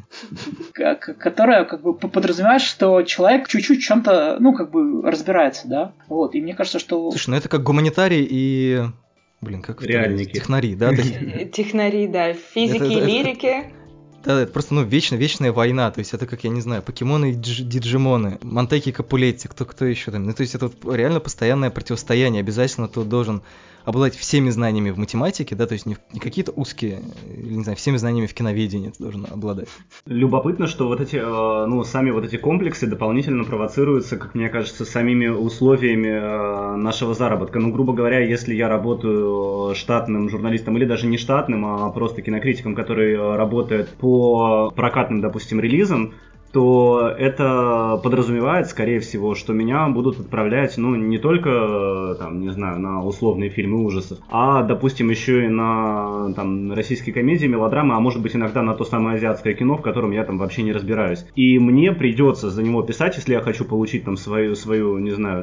Которая, как бы, подразумевает, что человек чуть-чуть в чем-то, ну, как бы, разбирается, да, вот, и мне кажется, что... Слушай, ну это как гуманитарий и... Блин, как... Реальники. Технари, да? Технари, да, физики, лирики... Да, это просто, ну, вечно, вечная война, то есть это как, я не знаю, покемоны и дж- диджимоны, Монтеки и Капулетти, кто, кто еще там, ну, то есть это вот реально постоянное противостояние, обязательно ты должен обладать всеми знаниями в математике, да, то есть не, не какие-то узкие, не знаю, всеми знаниями в киноведении ты должен обладать. Любопытно, что вот эти, ну, сами вот эти комплексы дополнительно провоцируются, как мне кажется, самими условиями нашего заработка. Ну, грубо говоря, если я работаю штатным журналистом или даже не штатным, а просто кинокритиком, который работает по прокатным, допустим, релизам, то это подразумевает, скорее всего, что меня будут отправлять, ну, не только, там, не знаю, на условные фильмы ужасов, а, допустим, еще и на, там, российские комедии, мелодрамы, а может быть, иногда на то самое азиатское кино, в котором я там вообще не разбираюсь. И мне придется за него писать, если я хочу получить там свою, свою не знаю,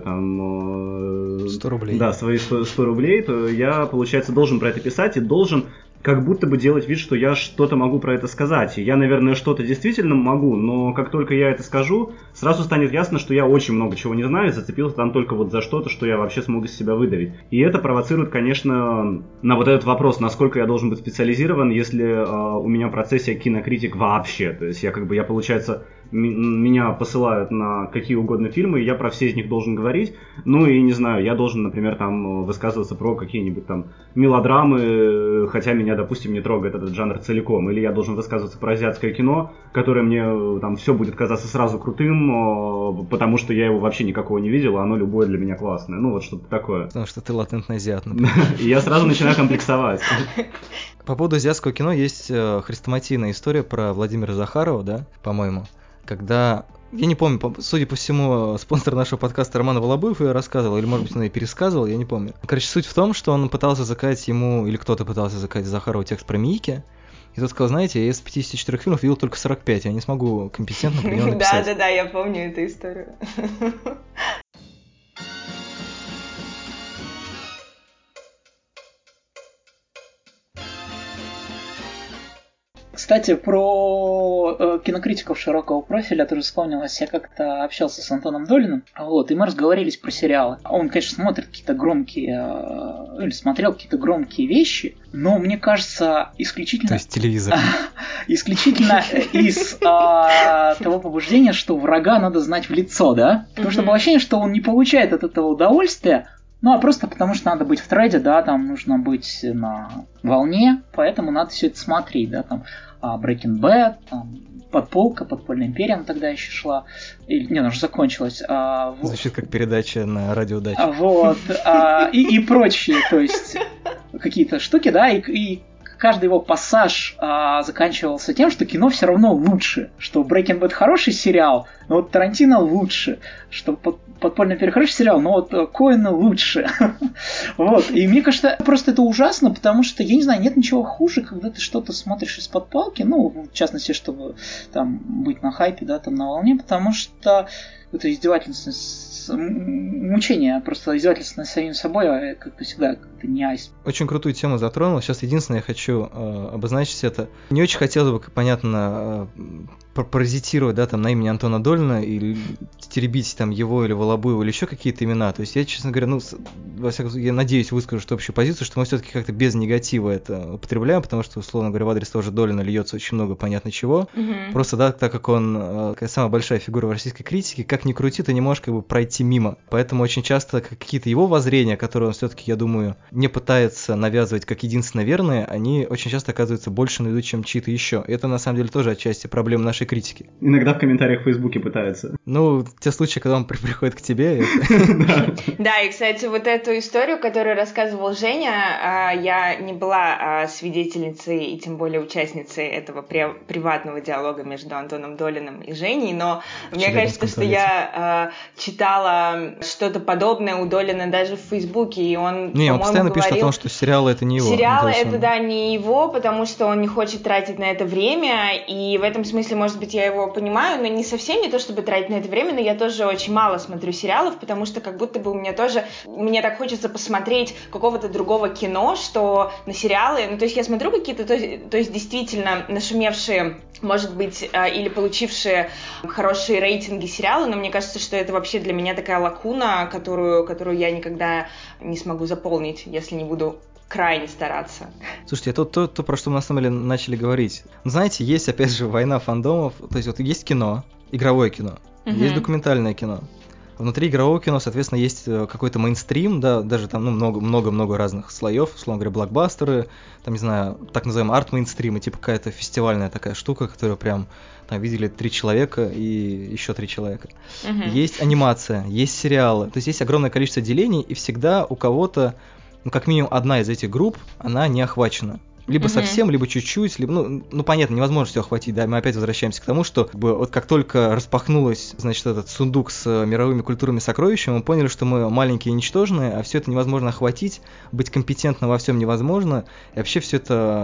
там... сто рублей. Да, свои сто, сто рублей, то я, получается, должен про это писать и должен... как будто бы делать вид, что я что-то могу про это сказать. И я, наверное, что-то действительно могу, но как только я это скажу, сразу станет ясно, что я очень много чего не знаю, и зацепился там только вот за что-то, что я вообще смог из себя выдавить. И это провоцирует, конечно, на вот этот вопрос, насколько я должен быть специализирован, если э, у меня профессия кинокритик вообще. То есть я как бы, я, получается, м- меня посылают на какие угодно фильмы, и я про все из них должен говорить. Ну и, не знаю, я должен, например, там высказываться про какие-нибудь там мелодрамы, хотя меня, допустим, не трогает этот жанр целиком, или я должен высказываться про азиатское кино, которое мне там все будет казаться сразу крутым, потому что я его вообще никакого не видел, а оно любое для меня классное, ну вот что-то такое. Потому что ты латентный азиат. И я сразу начинаю комплексовать. По поводу азиатского кино есть хрестоматийная история про Владимира Захарова, да, по-моему, когда... Я не помню, судя по всему, спонсор нашего подкаста Роман Волобуев ее рассказывал, или, может быть, он ее пересказывал, я не помню. Короче, суть в том, что он пытался заказать ему, или кто-то пытался заказать Захарову текст про Мийки, и тот сказал, знаете, я из пятидесяти четырёх фильмов видел только сорок пять, я не смогу компетентно про него написать. Да-да-да, я помню эту историю. Кстати, про э, кинокритиков широкого профиля тоже вспомнилось. Я как-то общался с Антоном Долиным, вот, и мы разговорились про сериалы. Он, конечно, смотрит какие-то громкие, э, или смотрел какие-то громкие вещи, но мне кажется, исключительно... То есть телевизор. Исключительно из того побуждения, что врага надо знать в лицо, да? Потому что было ощущение, что он не получает от этого удовольствия, ну, а просто потому что надо быть в тренде, да, там нужно быть на волне, поэтому надо все это смотреть, да, там Breaking Bad, там Подполка, Подпольная империя, она тогда еще шла, или, не, она уже закончилась. А, вот. Звучит как передача на радио Дача. А, вот, а, и, и прочие, то есть какие-то штуки, да, и, и каждый его пассаж а, заканчивался тем, что кино все равно лучше, что Breaking Bad хороший сериал, но вот Тарантино лучше, что под, Подпольная империя хороший сериал, но вот Коэна лучше. Вот, и мне кажется, просто это ужасно, потому что, я не знаю, нет ничего хуже, когда ты что-то смотришь из-под палки, ну, в частности, чтобы там быть на хайпе, да, там на волне, потому что это издевательство, мучение, просто издевательство над самим собой, как-то всегда как-то не айс. Очень крутую тему затронул. Сейчас единственное, я хочу э, обозначить это. Не очень хотелось бы, понятно, э, паразитировать, да, там, на имени Антона Долина или теребить там его или Волобуева или еще какие-то имена. То есть я, честно говоря, ну, во всяком случае, я надеюсь, выскажу что общую позицию, что мы все-таки как-то без негатива это употребляем, потому что, условно говоря, в адрес тоже Долина льется очень много понятно чего. Mm-hmm. Просто, да, так как он э, самая большая фигура в российской критике, как ни крути, ты не можешь как бы пройти мимо. Поэтому очень часто какие-то его воззрения, которые он все-таки, я думаю, не пытается навязывать как единственно верные, они очень часто оказываются больше на виду, чем чьи-то еще. И это, на самом деле, тоже отчасти проблема нашей критики. Иногда в комментариях в Фейсбуке пытаются. Ну, те случаи, когда он приходит к тебе... Да, и, кстати, вот эту историю, которую рассказывал Женя, я не была свидетельницей и тем более участницей этого приватного диалога между Антоном Долиным и Женей, но мне кажется, что я читала что-то подобное у Долина даже в Фейсбуке, и он, не, он постоянно говорил, пишет о том, что сериалы это не его. Сериалы это, он... да, не его, потому что он не хочет тратить на это время, и в этом смысле, может быть, я его понимаю, но не совсем не то, чтобы тратить на это время, но я тоже очень мало смотрю сериалов, потому что как будто бы у меня тоже, мне так хочется посмотреть какого-то другого кино, что на сериалы, ну, то есть я смотрю какие-то, то, то есть действительно нашумевшие, может быть, или получившие хорошие рейтинги сериалы, но мне кажется, что это вообще для меня такая лакуна, которую, которую я никогда не смогу заполнить, если не буду крайне стараться. Слушайте, это то, то, про что мы на самом деле начали говорить. Знаете, есть, опять же, война фандомов, то есть вот есть кино, игровое кино, uh-huh. есть документальное кино. Внутри игрового кино, соответственно, есть какой-то мейнстрим, да, даже там, ну, много-много-много разных слоев, условно говоря, блокбастеры, там, не знаю, так называемый арт-мейнстрим, типа какая-то фестивальная такая штука, которую прям там видели три человека и еще три человека. Uh-huh. Есть анимация, есть сериалы, то есть есть огромное количество делений, и всегда у кого-то, ну, как минимум одна из этих групп, она не охвачена. Либо mm-hmm. совсем, либо чуть-чуть, либо, ну, ну, понятно, невозможно все охватить, да, мы опять возвращаемся к тому, что как бы, вот как только распахнулась, значит, этот сундук с мировыми культурными сокровищами, мы поняли, что мы маленькие и ничтожные, а все это невозможно охватить, быть компетентным во всем невозможно, и вообще все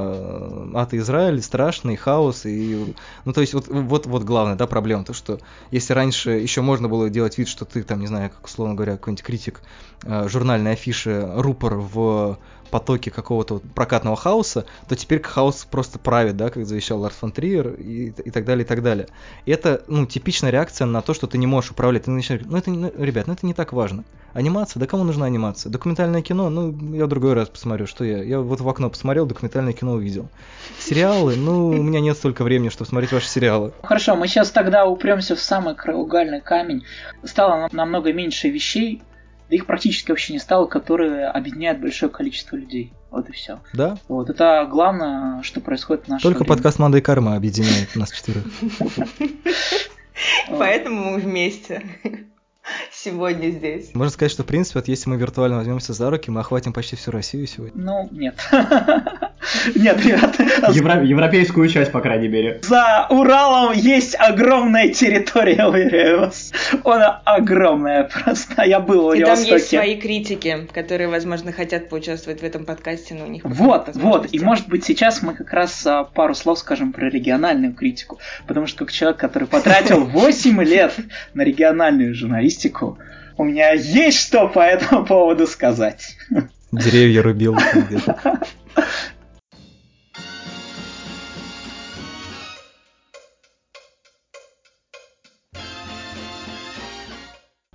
это ад и Израиль, страшный, хаос, и, ну, то есть вот, вот, вот главная, да, проблема, то, что если раньше еще можно было делать вид, что ты там, не знаю, как, условно говоря, какой-нибудь критик э, журнальной афиши, рупор в потоке какого-то вот прокатного хаоса, то теперь хаос просто правит, да, как завещал Ларс фон Триер и, и так далее, и так далее. И это, ну, типичная реакция на то, что ты не можешь управлять. Ты начинаешь, ну, это, ну, ребят, ну, это не так важно. Анимация, да кому нужна анимация? Документальное кино, ну, я в другой раз посмотрю, что я. Я вот в окно посмотрел, документальное кино увидел. Сериалы, ну, у меня нет столько времени, чтобы смотреть ваши сериалы. Хорошо, мы сейчас тогда упремся в самый краеугольный камень. Стало намного меньше вещей, да их практически вообще не стало, которые объединяют большое количество людей. Вот и все. Да? Вот это главное, что происходит в нашем Только время. Подкаст «Манда и карма» объединяет нас четверых. Поэтому мы вместе сегодня здесь. Можно сказать, что, в принципе, вот если мы виртуально возьмемся за руки, мы охватим почти всю Россию сегодня. Ну, нет. Нет, ребят. Евро- европейскую часть, по крайней мере. За Уралом есть огромная территория, уверяю вас. Она огромная просто. Я был в Владивостоке. И там есть свои критики, которые, возможно, хотят поучаствовать в этом подкасте, но у них... Вот, вот. И, может быть, сейчас мы как раз пару слов скажем про региональную критику. Потому что как человек, который потратил восемь лет на региональную журналистику, у меня есть что по этому поводу сказать. Деревья рубил где-то.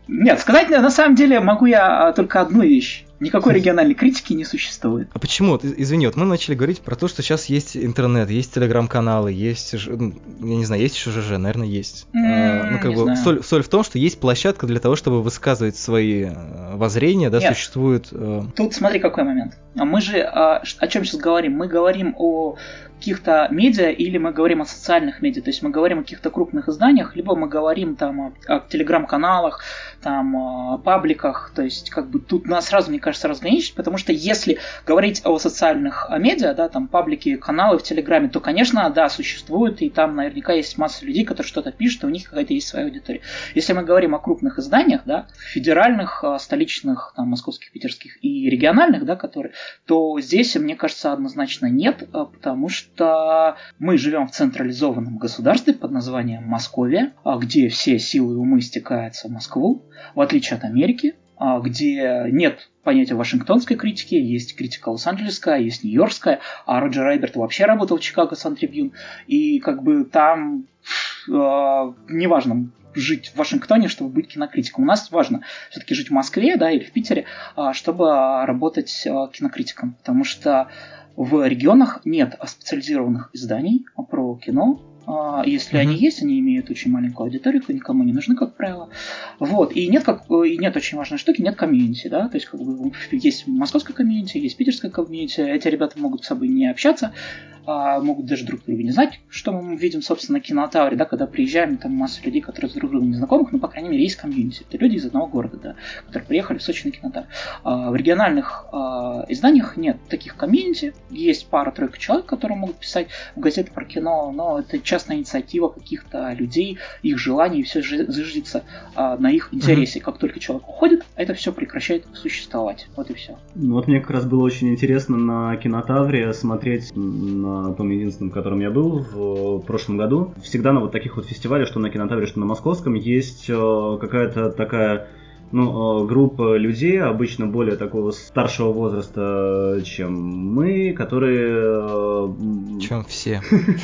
Нет, сказать на самом деле могу я только одну вещь. Никакой региональной критики не существует. А почему? Извини, вот мы начали говорить про то, что сейчас есть интернет, есть телеграм-каналы, есть, я не знаю, есть еще ЖЖ, наверное, есть. Mm, а, ну, как бы соль, соль в том, что есть площадка для того, чтобы высказывать свои воззрения, да, Нет. существует... Э... Тут смотри, какой момент. Мы же о, о чем сейчас говорим? Мы говорим о каких-то медиа или мы говорим о социальных медиа, то есть мы говорим о каких-то крупных изданиях, либо мы говорим там о, о телеграм-каналах, там о пабликах, то есть как бы тут нас сразу, мне кажется, разграничить, потому что если говорить о социальных медиа, да, там паблики, каналы в Телеграме, то, конечно, да, существуют, и там наверняка есть масса людей, которые что-то пишут, и у них какая-то есть своя аудитория. Если мы говорим о крупных изданиях, да, федеральных, столичных, там, московских, питерских и региональных, да, которые, то здесь, мне кажется, однозначно нет, потому что что мы живем в централизованном государстве под названием Московия, где все силы и умы стекаются в Москву, в отличие от Америки, где нет понятия вашингтонской критики, есть критика лос-анджелесская, есть нью-йоркская, а Роджер Эйберт вообще работал в Чикаго Сан-Трибьюн, и как бы там э, неважно жить в Вашингтоне, чтобы быть кинокритиком. У нас важно все-таки жить в Москве, да, или в Питере, чтобы работать кинокритиком, потому что в регионах нет специализированных изданий про кино. Если mm-hmm. они есть, они имеют очень маленькую аудиторию, никому не нужны, как правило. Вот. И нет, как, и нет очень важной штуки, нет комьюнити, да, то есть как бы есть московская комьюнити, есть питерская комьюнити, эти ребята могут с собой не общаться, а могут даже друг друга не знать, что мы видим, собственно, на кинотавре, да, когда приезжаем, там масса людей, которые друг другу не знакомых, но, по крайней мере, есть комьюнити. Это люди из одного города, да, которые приехали в Сочи на кинотавр. А в региональных а, изданиях нет таких комьюнити, есть пара-тройка человек, которые могут писать в газеты про кино, но это частная инициатива каких-то людей, их желаний, и все зиждется а, на их интересе. Mm-hmm. Как только человек уходит, это все прекращает существовать. Вот и все. Ну вот мне как раз было очень интересно на кинотавре смотреть на на том единственном, в котором я был в прошлом году. Всегда на вот таких вот фестивалях, что на кинотавре, что на московском, есть какая-то такая, ну, группа людей, обычно более такого старшего возраста, чем мы, которые... Чем все.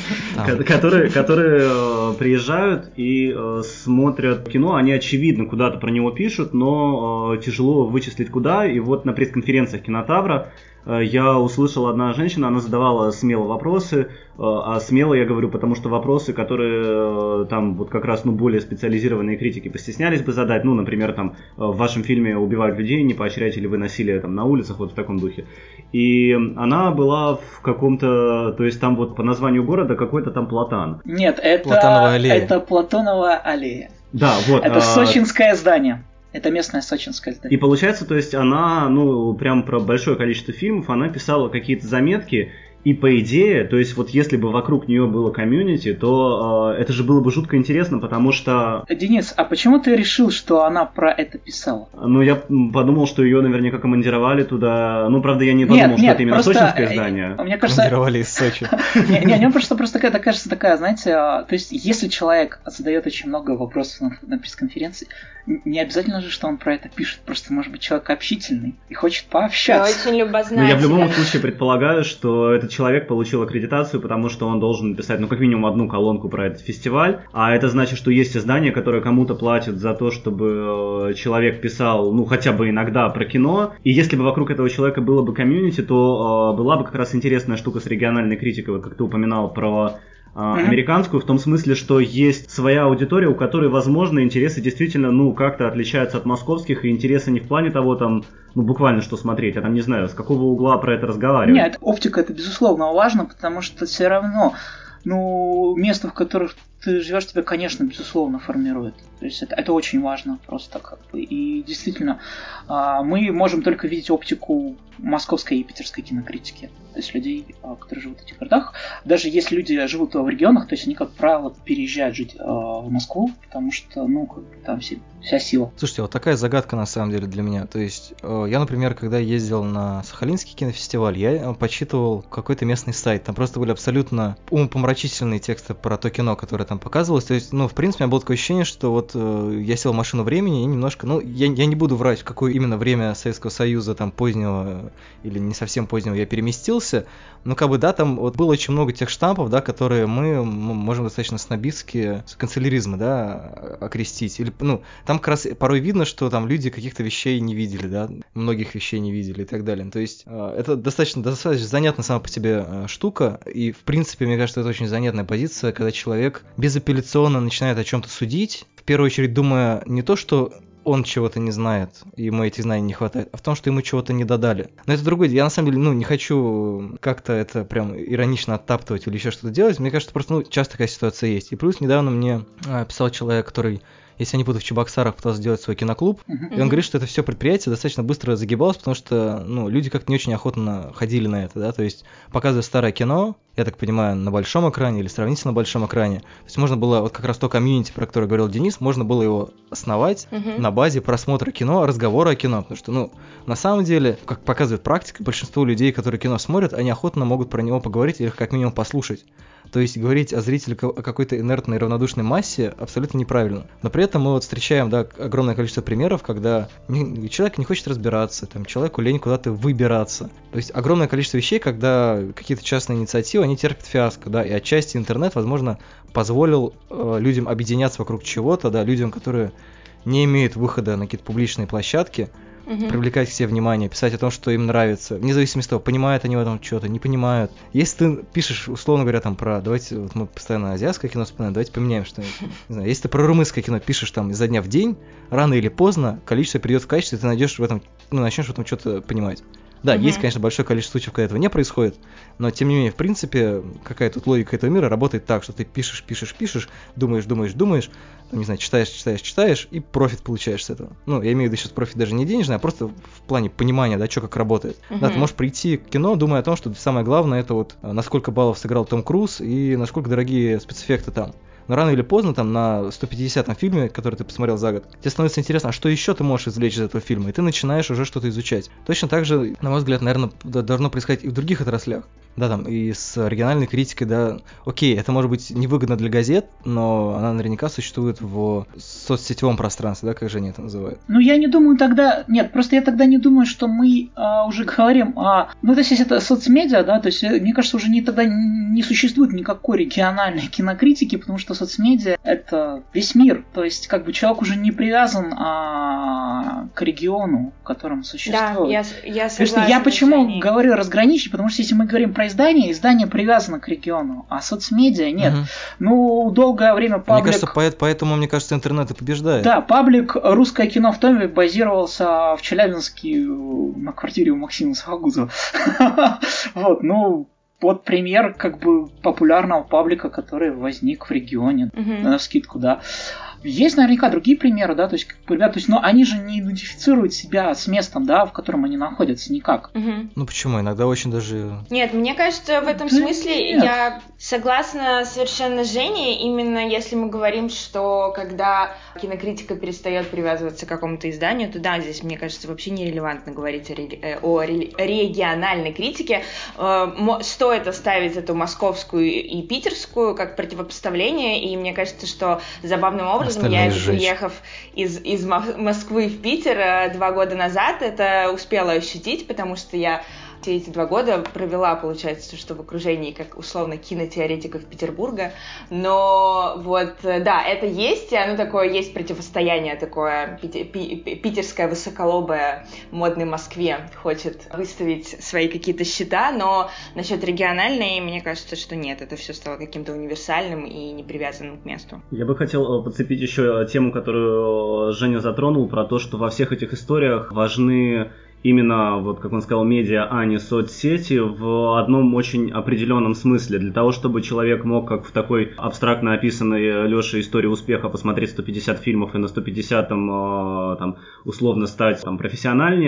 Которые, которые приезжают и смотрят кино, они очевидно куда-то про него пишут, но тяжело вычислить куда, и вот на пресс-конференциях кинотавра я услышал, одна женщина, она задавала смело вопросы, а смело я говорю, потому что вопросы, которые там вот как раз, ну, более специализированные критики постеснялись бы задать, ну, например, там, в вашем фильме убивают людей, не поощряете ли вы насилие там на улицах, вот в таком духе. И она была в каком-то, то есть там вот по названию города какой-то там Платан. Нет, это Платоновая аллея. Это Платоновая аллея. Да, вот. Это а... сочинское здание. Это местное сочинское здание. И получается, то есть она, ну, прям про большое количество фильмов, она писала какие-то заметки, и по идее, то есть вот если бы вокруг нее было комьюнити, то э, это же было бы жутко интересно, потому что... Денис, а почему ты решил, что она про это писала? Ну, я подумал, что ее наверняка командировали туда. Ну, правда, я не подумал, нет, что нет, это именно сочинское здание. Мне кажется... Командировали из Сочи. Не, мне просто просто такая, кажется, такая, знаете, то есть если человек задает очень много вопросов на пресс-конференции, не обязательно же, что он про это пишет, просто, может быть, человек общительный и хочет пообщаться. Очень любознательный. Но я в любом случае предполагаю, что этот человек получил аккредитацию, потому что он должен написать, ну, как минимум одну колонку про этот фестиваль, а это значит, что есть издания, которые кому-то платят за то, чтобы человек писал, ну, хотя бы иногда про кино, и если бы вокруг этого человека было бы комьюнити, то э, была бы как раз интересная штука с региональной критикой, вот как ты упоминал про Mm-hmm. американскую, в том смысле, что есть своя аудитория, у которой, возможно, интересы действительно, ну, как-то отличаются от московских, и интересы не в плане того, там, ну, буквально что смотреть, а там, не знаю, с какого угла про это разговаривать. Нет, оптика это, безусловно, важно, потому что все равно, ну, место, в котором ты живешь, тебя, конечно, безусловно, формирует. То есть это, это очень важно просто как бы. И действительно, мы можем только видеть оптику московской и питерской кинокритики. То есть людей, которые живут в этих городах. Даже если люди живут в регионах, то есть они, как правило, переезжают жить в Москву, потому что, ну, как бы там все, вся сила. Слушайте, вот такая загадка на самом деле для меня. То есть я, например, когда ездил на Сахалинский кинофестиваль, я почитывал какой-то местный сайт. Там просто были абсолютно умопомрачительные тексты про то кино, которое там там показывалось. То есть, ну, в принципе, у меня было такое ощущение, что вот э, я сел в машину времени и немножко, ну, я, я не буду врать, в какое именно время Советского Союза, там, позднего или не совсем позднего я переместился, но как бы, да, там вот было очень много тех штампов, да, которые мы можем достаточно снобистски канцеляризма, да, окрестить. Или, ну, там как раз порой видно, что там люди каких-то вещей не видели, да, многих вещей не видели и так далее. То есть э, это достаточно, достаточно занятная сама по себе э, штука, и, в принципе, мне кажется, это очень занятная позиция, когда человек безапелляционно начинает о чем-то судить, в первую очередь думая не то, что он чего-то не знает, и ему этих знаний не хватает, а в том, что ему чего-то не додали. Но это другое. Я на самом деле, ну, не хочу как-то это прям иронично оттаптывать или еще что-то делать. Мне кажется, просто, ну, часто такая ситуация есть. И плюс недавно мне а, писал человек, который, если я не буду, в Чебоксарах пытался сделать свой киноклуб, uh-huh. и он говорит, что это все предприятие достаточно быстро загибалось, потому что, ну, люди как-то не очень охотно ходили на это, да, то есть показывая старое кино, я так понимаю, на большом экране или сравнительно большом экране, то есть можно было, вот как раз то комьюнити, про которое говорил Денис, можно было его основать uh-huh. на базе просмотра кино, разговора о кино, потому что, ну, на самом деле, как показывает практика, большинство людей, которые кино смотрят, они охотно могут про него поговорить или как минимум послушать. То есть говорить о зрителе о какой-то инертной равнодушной массе абсолютно неправильно. Но при этом мы вот встречаем, да, огромное количество примеров, когда человек не хочет разбираться, там, человеку лень куда-то выбираться. То есть огромное количество вещей, когда какие-то частные инициативы, они терпят фиаско, да, и отчасти интернет, возможно, позволил э, людям объединяться вокруг чего-то, да, людям, которые не имеют выхода на какие-то публичные площадки, Uh-huh. привлекать к себе внимание, писать о том, что им нравится, вне зависимости от того, понимают они в этом что-то, не понимают. Если ты пишешь, условно говоря, там про, давайте, вот мы постоянно азиатское кино вспоминаем, давайте поменяем что-нибудь. Не знаю, если ты про румынское кино пишешь там изо дня в день, рано или поздно количество придет в качестве, ты найдешь в этом, ну, начнешь в этом что-то понимать. Да, uh-huh. есть, конечно, большое количество случаев, когда этого не происходит, но, тем не менее, в принципе, какая тут логика этого мира работает так, что ты пишешь, пишешь, пишешь, думаешь, думаешь, думаешь, там, не знаю, читаешь, читаешь, читаешь, и профит получаешь с этого. Ну, я имею в виду сейчас профит даже не денежный, а просто в плане понимания, да, что как работает. Uh-huh. Да, ты можешь прийти к кино, думая о том, что самое главное, это вот насколько баллов сыграл Том Круз и насколько дорогие спецэффекты там. Но рано или поздно, там, на сто пятидесятом фильме, который ты посмотрел за год, тебе становится интересно, а что еще ты можешь извлечь из этого фильма, и ты начинаешь уже что-то изучать. Точно так же, на мой взгляд, наверное, должно происходить и в других отраслях. Да, там, и с региональной критикой, да, окей, это может быть невыгодно для газет, но она наверняка существует в соцсетевом пространстве, да, как же они это называют? Ну, я не думаю тогда, нет, просто я тогда не думаю, что мы а, уже говорим о, ну, то есть, если это соцмедиа, да, то есть, мне кажется, уже не, тогда не существует никакой региональной кинокритики, потому что соцмедиа — это весь мир, то есть, как бы, человек уже не привязан а, к региону, в котором существует. Да, я, я согласна. Я почему говорю разграничить, потому что если мы говорим про издание, издание привязано к региону, а соцмедиа нет. Угу. Ну, долгое время паблик... Мне кажется, поэтому, мне кажется, интернет и побеждает. Да, паблик «Русское кино в Томе» базировался в Челябинске на квартире у Максима Сахагузова. Вот, ну... Вот пример, как бы, популярного паблика, который возник в регионе, uh-huh. на скидку, да. Есть наверняка другие примеры, да, то есть, ребята, то есть, но они же не идентифицируют себя с местом, да, в котором они находятся, никак. Угу. Ну почему? Иногда очень даже... Нет, мне кажется, в этом да смысле нет. Я согласна совершенно с Женей, именно если мы говорим, что когда кинокритика перестает привязываться к какому-то изданию, то да, здесь, мне кажется, вообще нерелевантно говорить о, ре... о ре... региональной критике. Стоит оставить эту московскую и питерскую как противопоставление, и мне кажется, что забавным образом я, приехав из, из Москвы в Питер два года назад, это успела ощутить, потому что я все эти два года провела, получается, что в окружении, как условно, кинотеоретиков Петербурга. Но вот, да, это есть, и оно такое, есть противостояние такое, питерское высоколобое модной Москве хочет выставить свои какие-то счета, но насчет региональной, мне кажется, что нет, это все стало каким-то универсальным и не привязанным к месту. Я бы хотел подцепить еще тему, которую Женя затронул, про то, что во всех этих историях важны именно, вот как он сказал, медиа, а не соцсети, в одном очень определенном смысле. Для того, чтобы человек мог, как в такой абстрактно описанной Лешей истории успеха, посмотреть сто пятьдесят фильмов и на сто пятидесятом, там, условно стать там, профессиональнее,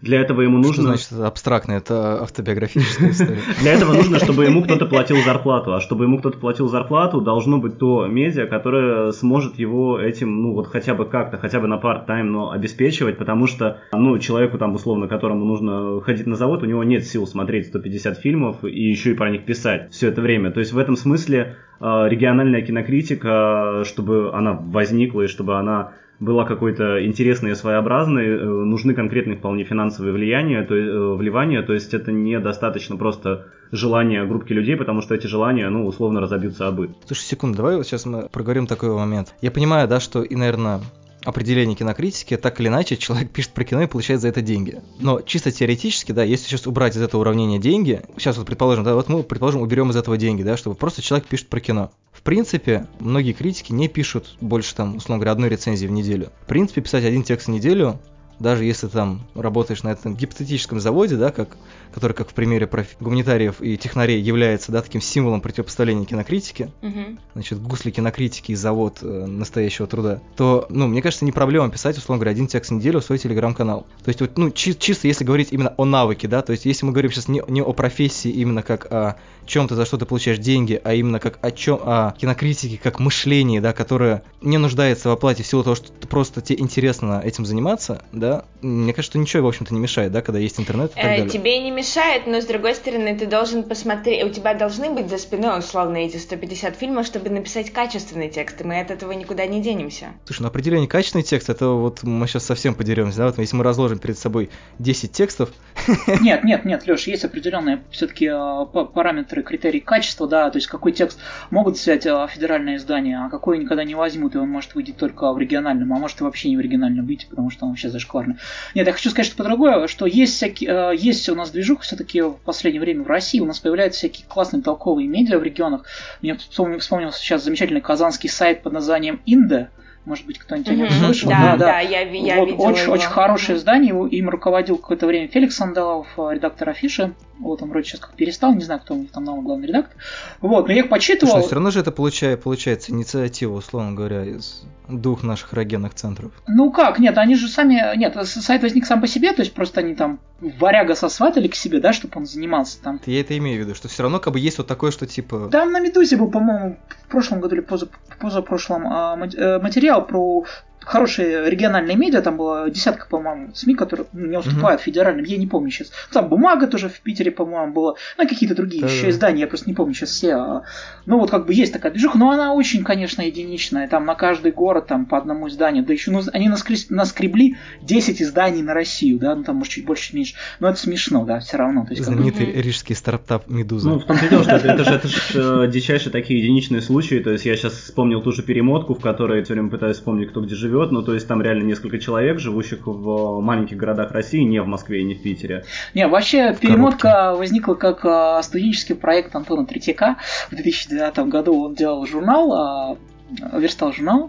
Для этого ему нужно... Что значит это абстрактно? Это автобиографическая история. Для этого нужно, чтобы ему кто-то платил зарплату. А чтобы ему кто-то платил зарплату, должно быть то медиа, которое сможет его этим, ну вот хотя бы как-то, хотя бы на парт-тайм, но обеспечивать, потому что, ну, человеку там, условно, которому нужно ходить на завод, у него нет сил смотреть сто пятьдесят фильмов и еще и про них писать все это время. То есть в этом смысле региональная кинокритика, чтобы она возникла и чтобы она была какой-то интересной и своеобразной, нужны конкретные вполне финансовые влияния, то есть, вливания, то есть это недостаточно просто желания группки людей, потому что эти желания, ну, условно разобьются о быт. Слушай, секунду, давай вот сейчас мы проговорим такой момент. Я понимаю, да, что и, наверное, определение кинокритики, так или иначе, человек пишет про кино и получает за это деньги. Но чисто теоретически, да, если сейчас убрать из этого уравнения деньги, сейчас вот предположим, да, вот мы, предположим, уберем из этого деньги, да, чтобы просто человек пишет про кино. В принципе, многие критики не пишут больше, там, условно говоря, одной рецензии в неделю. В принципе, писать один текст в неделю, даже если там работаешь на этом гипотетическом заводе, да, как, который, как в примере профи- гуманитариев и технарей, является, да, таким символом противопоставления кинокритики, uh-huh. значит, гусли кинокритики и завод э, настоящего труда, то, ну, мне кажется, не проблема писать, условно говоря, один текст в неделю в свой телеграм-канал. То есть, вот, ну, чи- чисто если говорить именно о навыке, да, то есть, если мы говорим сейчас не, не о профессии, именно как о чем-то, за что ты получаешь деньги, а именно как о чем, о кинокритике, как мышлении, да, которое не нуждается в оплате в силу того, что просто тебе интересно этим заниматься, да, да, мне кажется, что ничего, в общем-то, не мешает, да, когда есть интернет и так далее. Тебе не мешает, но, с другой стороны, ты должен посмотреть, у тебя должны быть за спиной, условно, эти сто пятьдесят фильмов, чтобы написать качественный текст, и мы от этого никуда не денемся. Слушай, ну определение качественный текст, это вот мы сейчас совсем подеремся, да, вот если мы разложим перед собой десять текстов. Нет, нет, нет, Леш, есть определенные все-таки параметры, критерии качества, да, то есть какой текст могут взять федеральное издание, а какой никогда не возьмут, и он может выйти только в региональном, а может и вообще не в региональном выйти, потому что он вообще зашкварный. Нет, я хочу сказать, что по-другому, что есть всякие, есть у нас движуха все-таки в последнее время в России, у нас появляются всякие классные толковые медиа в регионах. Мне вспомнился сейчас замечательный казанский сайт под названием «Инде». Может быть, кто-нибудь о нем mm-hmm. слышал? Да, да, да, я, я вот, видела очень, его. Очень хорошее издание, им руководил какое-то время Феликс Сандалов, редактор Афиши. Вот он вроде сейчас как перестал, не знаю, кто у них там новый главный редактор. Вот, но я их почитывал. Слушай, но все равно же это получается, получается инициатива, условно говоря, из двух наших эрогенных центров. Ну как, нет, они же сами... Нет, сайт возник сам по себе, то есть просто они там варяга сосватали к себе, да, чтобы он занимался там. Я это имею в виду, что все равно как бы есть вот такое, что типа... Там на Медузе был, по-моему, в прошлом году или поза, позапрошлом материал про... Хорошие региональные медиа, там было десятка, по-моему, СМИ, которые не уступают uh-huh. федеральным, я не помню сейчас. Там «Бумага» тоже в Питере, по-моему, была, ну, какие-то другие да, еще да. издания, я просто не помню сейчас все. Ну, вот как бы есть такая движуха, но она очень, конечно, единичная, там на каждый город там по одному изданию, да еще, ну, они наскребли, наскребли десять изданий на Россию, да, ну, там, может, чуть больше, чуть меньше, но это смешно, да, все равно. То есть, знаменитый как бы... рижский стартап «Медуза». Ну, в том-то и дело, что это, это же, это же дичайшие такие единичные случаи, то есть я сейчас вспомнил ту же перемотку, в которой все время пытаюсь вспомнить, кто где живет, ну, то есть там реально несколько человек, живущих в маленьких городах России, не в Москве и не в Питере. Не, вообще в перемотка коробке. Возникла как студенческий проект Антона Третьяка. В две тысячи девятом году он делал журнал, верстал журнал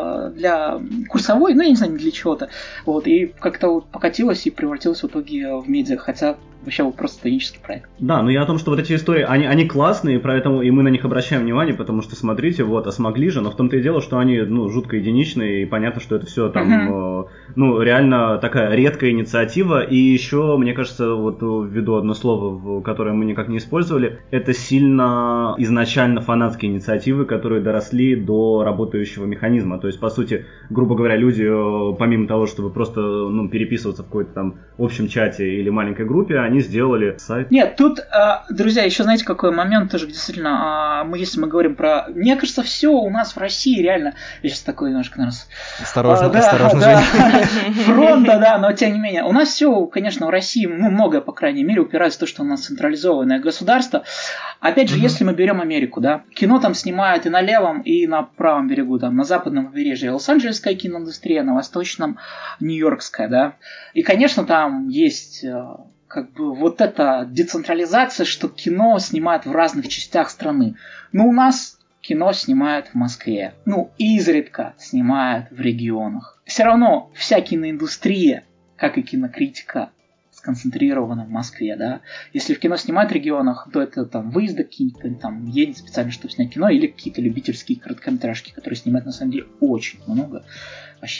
для курсовой, ну я не знаю, не для чего-то. Вот, и как-то вот покатилось и превратилось в итоге в медиа, хотя вообще вот просто студенческий проект. Да, но я о том, что вот эти истории, они, они классные, поэтому и мы на них обращаем внимание, потому что, смотрите, вот, а смогли же, но в том-то и дело, что они, ну, жутко единичные, и понятно, что это все там, uh-huh. э, ну, реально такая редкая инициатива, и еще, мне кажется, вот введу одно слово, которое мы никак не использовали, это сильно изначально фанатские инициативы, которые доросли до работающего механизма, то есть, по сути, грубо говоря, люди, помимо того, чтобы просто, ну, переписываться в какой-то там общем чате или маленькой группе, они сделали сайт. Нет, тут, друзья, еще знаете, какой момент тоже действительно, мы, если мы говорим про... Мне кажется, все у нас в России реально... Я сейчас такой немножко, наверное... Осторожно, а, да, осторожно, да, фронта, да, но тем не менее. У нас все, конечно, в России, ну, многое, по крайней мере, упирается в то, что у нас централизованное государство. Опять же, если мы берем Америку, да, кино там снимают и на левом, и на правом берегу, там, на западном побережье Лос-Анджелесская киноиндустрия, на восточном Нью-Йоркская, да. И, конечно, там есть... как бы вот эта децентрализация, что кино снимают в разных частях страны. Но у нас кино снимают в Москве. Ну, изредка снимают в регионах. Все равно вся киноиндустрия, как и кинокритика, сконцентрирована в Москве, да. Если в кино снимают в регионах, то это там выезды какие-то, там едет специально, чтобы снять кино, или какие-то любительские короткометражки, которые снимают на самом деле очень много. Вообще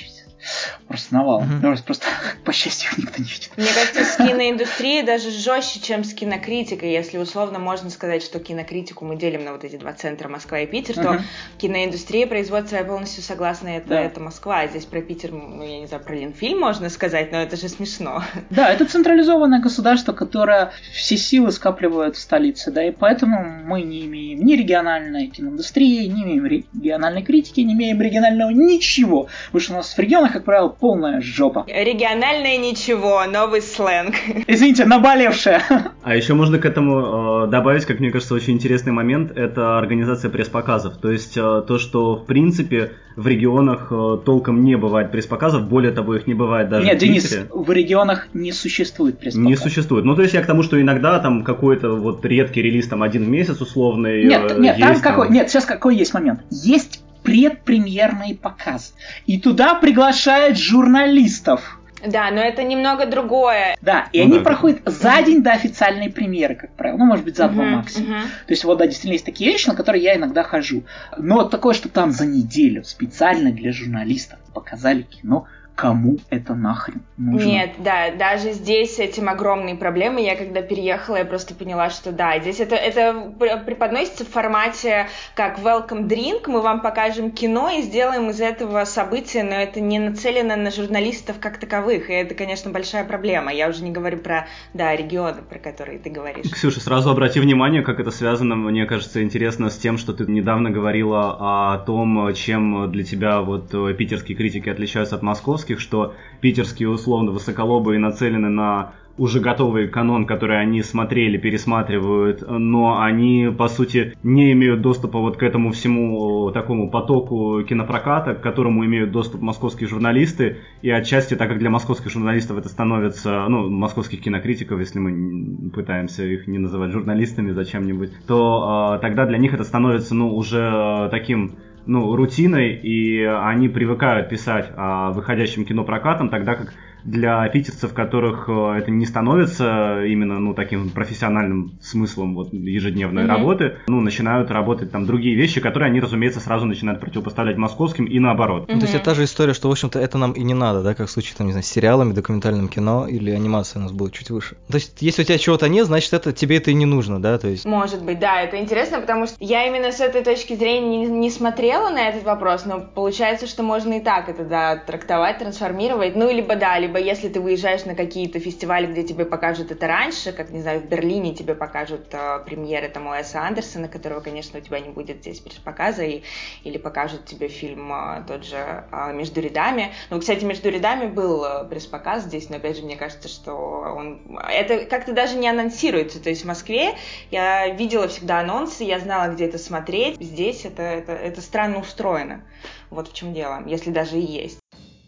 просто навал. Mm-hmm. Просто, по счастью, их никто не видит. Мне кажется, с киноиндустрией даже жестче, чем с кинокритикой. Если условно можно сказать, что кинокритику мы делим на вот эти два центра, Москва и Питер, uh-huh. то киноиндустрия, производство, я полностью согласна, это, да. это Москва. А здесь про Питер, ну, я не знаю, про Ленфильм можно сказать, но это же смешно. Да, это централизованное государство, которое все силы скапливает в столице, да, и поэтому мы не имеем ни региональной киноиндустрии, не имеем региональной критики, не имеем регионального ничего, потому что у нас в регионах, как правило, полная жопа. Региональное ничего, новый сленг. Извините, наболевшее. А еще можно к этому э, добавить, как мне кажется, очень интересный момент, это организация пресс-показов. То есть э, то, что в принципе в регионах э, толком не бывает пресс-показов, более того, их не бывает даже Нет, в Питере. Денис, в регионах не существует пресс-показов. Не существует. Ну, то есть я к тому, что иногда там какой-то вот редкий релиз, там один в месяц условный. Нет, э, нет, есть, там какой, там... нет, сейчас какой есть момент. Есть предпремьерный показ. И туда приглашают журналистов. Да, но это немного другое. Да, и ну, они да, проходят да. за день до официальной премьеры, как правило. Ну, может быть, за два uh-huh, максимум. uh-huh. То есть, вот, да, действительно есть такие вещи, на которые я иногда хожу. Но такое, что там за неделю специально для журналистов показали кино. Кому это нахрен нужно? Нет, да, даже здесь с этим огромные проблемы. Я когда переехала, я просто поняла, что да, здесь это, это преподносится в формате как welcome drink, мы вам покажем кино и сделаем из этого события, но это не нацелено на журналистов как таковых, и это, конечно, большая проблема. Я уже не говорю про, да, регионы, про которые ты говоришь. Ксюша, сразу обрати внимание, как это связано, мне кажется, интересно с тем, что ты недавно говорила о том, чем для тебя вот питерские критики отличаются от московских, что питерские условно высоколобые нацелены на уже готовый канон, который они смотрели, пересматривают, но они, по сути, не имеют доступа вот к этому всему такому потоку кинопроката, к которому имеют доступ московские журналисты, и отчасти, так как для московских журналистов это становится, ну, московских кинокритиков, если мы пытаемся их не называть журналистами зачем-нибудь, то э, тогда для них это становится, ну, уже таким... ну, рутиной, и они привыкают писать о выходящем кинопрокатом, тогда как для питерцев, которых это не становится именно, ну, таким профессиональным смыслом вот ежедневной mm-hmm. работы, ну, начинают работать там другие вещи, которые они, разумеется, сразу начинают противопоставлять московским и наоборот. Mm-hmm. Ну, то есть это та же история, что, в общем-то, это нам и не надо, да, как в случае, там, не знаю, с сериалами, документальным кино или анимацией у нас было чуть выше. То есть, если у тебя чего-то нет, значит, это тебе это и не нужно, да, то есть... Может быть, да, это интересно, потому что я именно с этой точки зрения не, не смотрела на этот вопрос, но получается, что можно и так это, да, трактовать, трансформировать, ну, либо да, либо если ты выезжаешь на какие-то фестивали, где тебе покажут это раньше, как, не знаю, в Берлине тебе покажут э, премьеры там Уэса Андерсона, которого, конечно, у тебя не будет здесь показа, и, или покажут тебе фильм э, тот же э, «Между рядами». Ну, кстати, «Между рядами» был э, пресс-показ здесь, но, опять же, мне кажется, что он... Это как-то даже не анонсируется, то есть в Москве я видела всегда анонсы, я знала, где это смотреть, здесь это, это, это странно устроено, вот в чем дело, если даже и есть.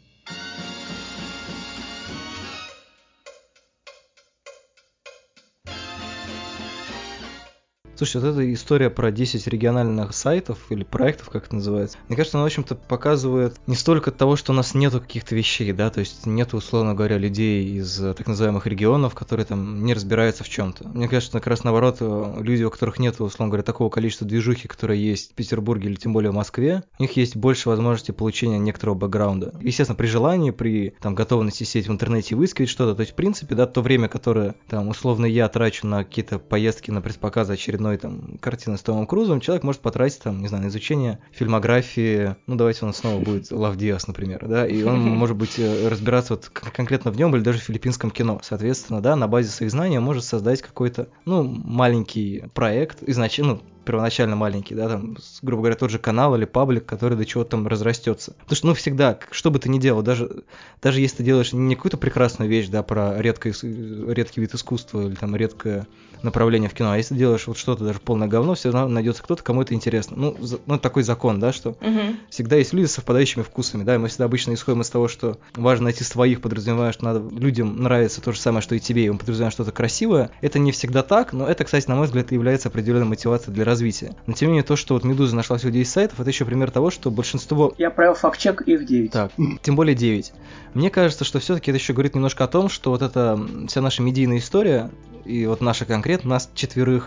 Слушай, вот эта история про десять региональных сайтов или проектов, как это называется, мне кажется, она, в общем-то, показывает не столько того, что у нас нету каких-то вещей, да, то есть нету, условно говоря, людей из так называемых регионов, которые там не разбираются в чем-то. Мне кажется, как раз наоборот, люди, у которых нет, условно говоря, такого количества движухи, которая есть в Петербурге или тем более в Москве, у них есть больше возможности получения некоторого бэкграунда. Естественно, при желании, при там готовности сидеть в интернете и выискивать что-то, то есть, в принципе, да, то время, которое там условно я трачу на какие-то поездки, на пресс-показы очередной там картины с Томом Крузом, человек может потратить там, не знаю, на изучение фильмографии, ну давайте у нас снова будет Лав Диас, например, да, и он может быть разбираться вот конкретно в нем или даже в филиппинском кино, соответственно, да, на базе своих знаний он может создать какой-то, ну, маленький проект, изначально, ну, первоначально маленький, да, там, грубо говоря, тот же канал или паблик, который до чего-то там разрастется. Потому что, ну, всегда, что бы ты ни делал, даже, даже если ты делаешь не какую-то прекрасную вещь, да, про редкое, редкий вид искусства или там редкое направление в кино, а если ты делаешь вот что-то, даже полное говно, все равно найдется кто-то, кому это интересно. Ну, за, ну такой закон, да, что uh-huh. всегда есть люди с совпадающими вкусами, да, и мы всегда обычно исходим из того, что важно найти своих, подразумевая, что надо, людям нравится то же самое, что и тебе, и мы подразумеваем что-то красивое. Это не всегда так, но это, кстати, на мой взгляд, является определенной мотивацией для развития. Но тем не менее, то, что вот Медуза нашла всего десять сайтов, это еще пример того, что большинство... Я провел факт-чек, их девять. Так, тем более девять. Мне кажется, что все-таки это еще говорит немножко о том, что вот эта вся наша медийная история, и вот наша конкретно, нас четверых,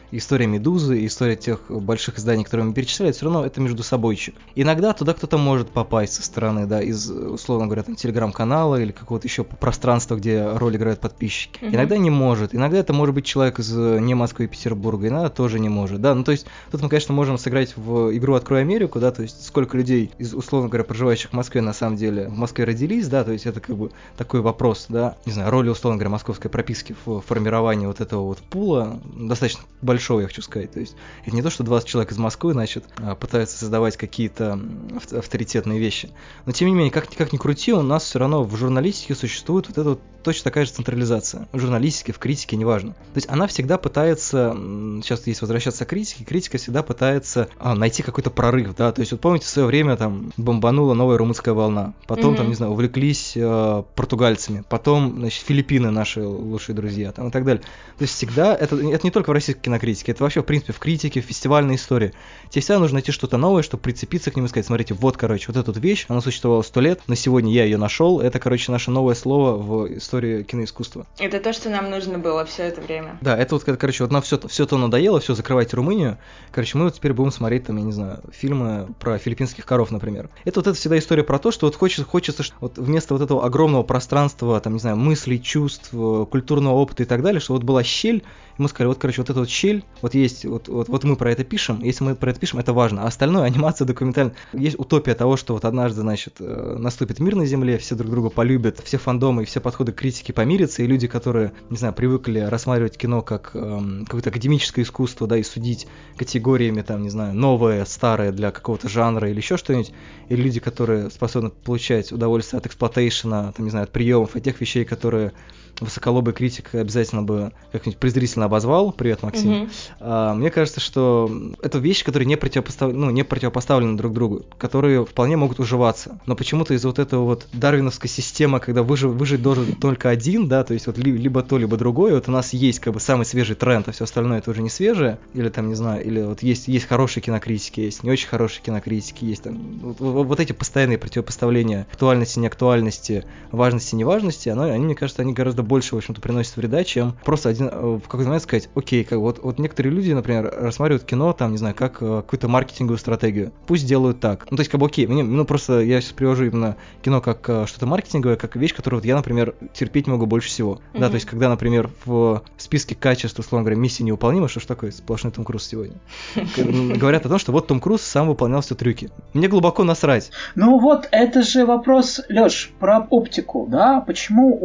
история «Медузы», история тех больших изданий, которые мы перечисляли, все равно это между собойчик. Иногда туда кто-то может попасть со стороны, да, из, условно говоря, там, телеграм-канала или какого-то еще пространства, где роль играют подписчики. Mm-hmm. Иногда не может. Иногда это может быть человек из не Москвы и Петербурга, иногда тоже не может, да. Ну, то есть тут мы, конечно, можем сыграть в игру «Открой Америку», да, то есть сколько людей из, условно говоря, проживающих в Москве, на самом деле, в Москве родились, да, то есть это как бы такой вопрос, да, не знаю, роли, условно говоря, московской прописки в формировании вот этого вот пула достаточно большого, я хочу сказать. То есть это не то, что двадцать человек из Москвы, значит, пытаются создавать какие-то авторитетные вещи. Но тем не менее, как, как ни крути, у нас все равно в журналистике существует вот эта вот точно такая же централизация. В журналистике, в критике, неважно. То есть она всегда пытается, сейчас если возвращаться к критике, критика всегда пытается а, найти какой-то прорыв, да, то есть вот помните, в свое время там бомбанула новая румынская волна, потом mm-hmm. там, не знаю, увлеклись э, португальцами, потом, значит, Филиппины наши лучшие друзья, там и так далее. То есть всегда, это, это не только в российской кинокритике, это вообще, в принципе, в критике, в фестивальной истории. Тебе всегда нужно найти что-то новое, чтобы прицепиться к нему и сказать, смотрите, вот, короче, вот эта вот вещь, она существовала сто лет, на сегодня я ее нашел, это, короче, наше новое слово в истории киноискусства. Это то, что нам нужно было все это время. Да, это вот, короче, вот нам все, все то надоело, все, закрывайте Румынию, короче, мы вот теперь будем смотреть, там, я не знаю, фильмы про филиппинских коров, например. Это вот это всегда история про то, что вот хочется, хочется вот вместо вот этого огромного пространства, там, не знаю, мыслей, чувств, культурного опыта и так далее, что вот была щель, и мы сказали, вот, короче, вот эта вот щель, вот есть, вот, вот, вот мы про это пишем, если мы про это пишем, это важно, а остальное, анимация, документальная, есть утопия того, что вот однажды, значит, наступит мир на Земле, все друг друга полюбят, все фандомы и все подходы к критике помирятся, и люди, которые, не знаю, привыкли рассматривать кино как эм, какое-то академическое искусство, да, и судить категориями, там, не знаю, новое, старое для какого-то жанра или еще что-нибудь, или люди, которые способны получать удовольствие от эксплуатейшена, там, не знаю, от приемов, от тех вещей, которые высоколобый критик обязательно бы как-нибудь презрительно обозвал. Привет, Максим. Mm-hmm. А, мне кажется, что это вещи, которые не, противопостав... ну, не противопоставлены друг другу, которые вполне могут уживаться. Но почему-то из-за вот этого вот дарвиновской системы, когда выжив... выжить должен только один, да, то есть вот ли... либо то, либо другое, вот у нас есть как бы самый свежий тренд, а все остальное это уже не свежее, или там, не знаю, или вот есть, есть хорошие кинокритики, есть не очень хорошие кинокритики, есть там вот, вот, вот эти постоянные противопоставления актуальности, неактуальности, важности, неважности, оно, они, мне кажется, они гораздо больше, в общем-то, приносит вреда, чем просто один, в какой-то момент сказать, окей, как вот, вот некоторые люди, например, рассматривают кино, там, не знаю, как какую-то маркетинговую стратегию. Пусть делают так. Ну, то есть, как бы, окей, мне, ну, просто я сейчас привожу именно кино как что-то маркетинговое, как вещь, которую вот я, например, терпеть могу больше всего. Mm-hmm. Да, то есть, когда, например, в списке качеств, условно говоря, миссии невыполнима, что ж такое, сплошной Том Круз сегодня. Говорят о том, что вот Том Круз сам выполнял все трюки. Мне глубоко насрать. Ну, вот это же вопрос, Лёш, про оптику, да? Почему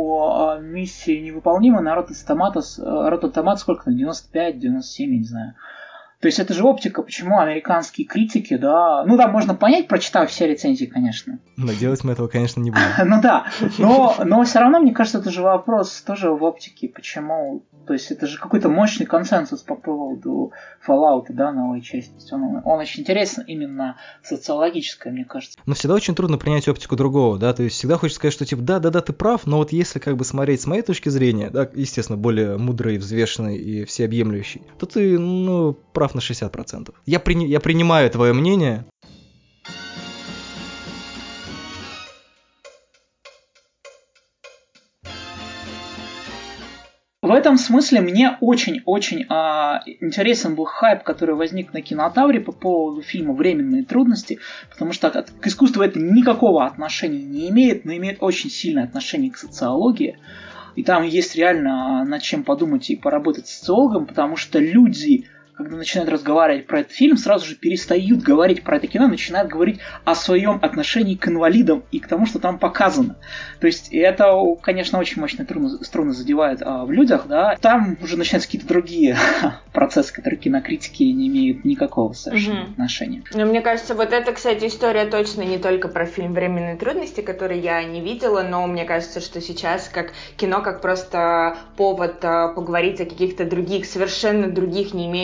у миссии невыполнима на Rotten Tomatoes, Rotten Tomatoes сколько там, девяносто пять, девяносто семь, я не знаю. То есть это же оптика, почему американские критики, да, ну да, можно понять, прочитав все рецензии, конечно. Но делать мы этого, конечно, не будем. Ну да, но, но все равно, мне кажется, это же вопрос тоже в оптике, почему, то есть это же какой-то мощный консенсус по поводу Fallout, да, новой части. Он, он очень интересен именно социологическое, мне кажется. Но всегда очень трудно принять оптику другого, да, то есть всегда хочется сказать, что типа да-да-да, ты прав, но вот если как бы смотреть с моей точки зрения, да, естественно, более мудрый, взвешенный и всеобъемлющий, то ты, ну, прав на шестьдесят процентов. Я, при... я принимаю твое мнение. В этом смысле мне очень-очень а, интересен был хайп, который возник на Кинотавре по поводу фильма «Временные трудности», потому что от, к искусству это никакого отношения не имеет, но имеет очень сильное отношение к социологии. И там есть реально над чем подумать и поработать с социологом, потому что люди, когда начинают разговаривать про этот фильм, сразу же перестают говорить про это кино, начинают говорить о своем отношении к инвалидам и к тому, что там показано. То есть это, конечно, очень мощно струны задевает а, в людях, да. Там уже начинаются какие-то другие процессы, которые кинокритики не имеют никакого совершенно угу. отношения. Но мне кажется, вот эта, кстати, история точно не только про фильм «Временные трудности», который я не видела, но мне кажется, что сейчас как кино, как просто повод а, поговорить о каких-то других, совершенно других, не имеющих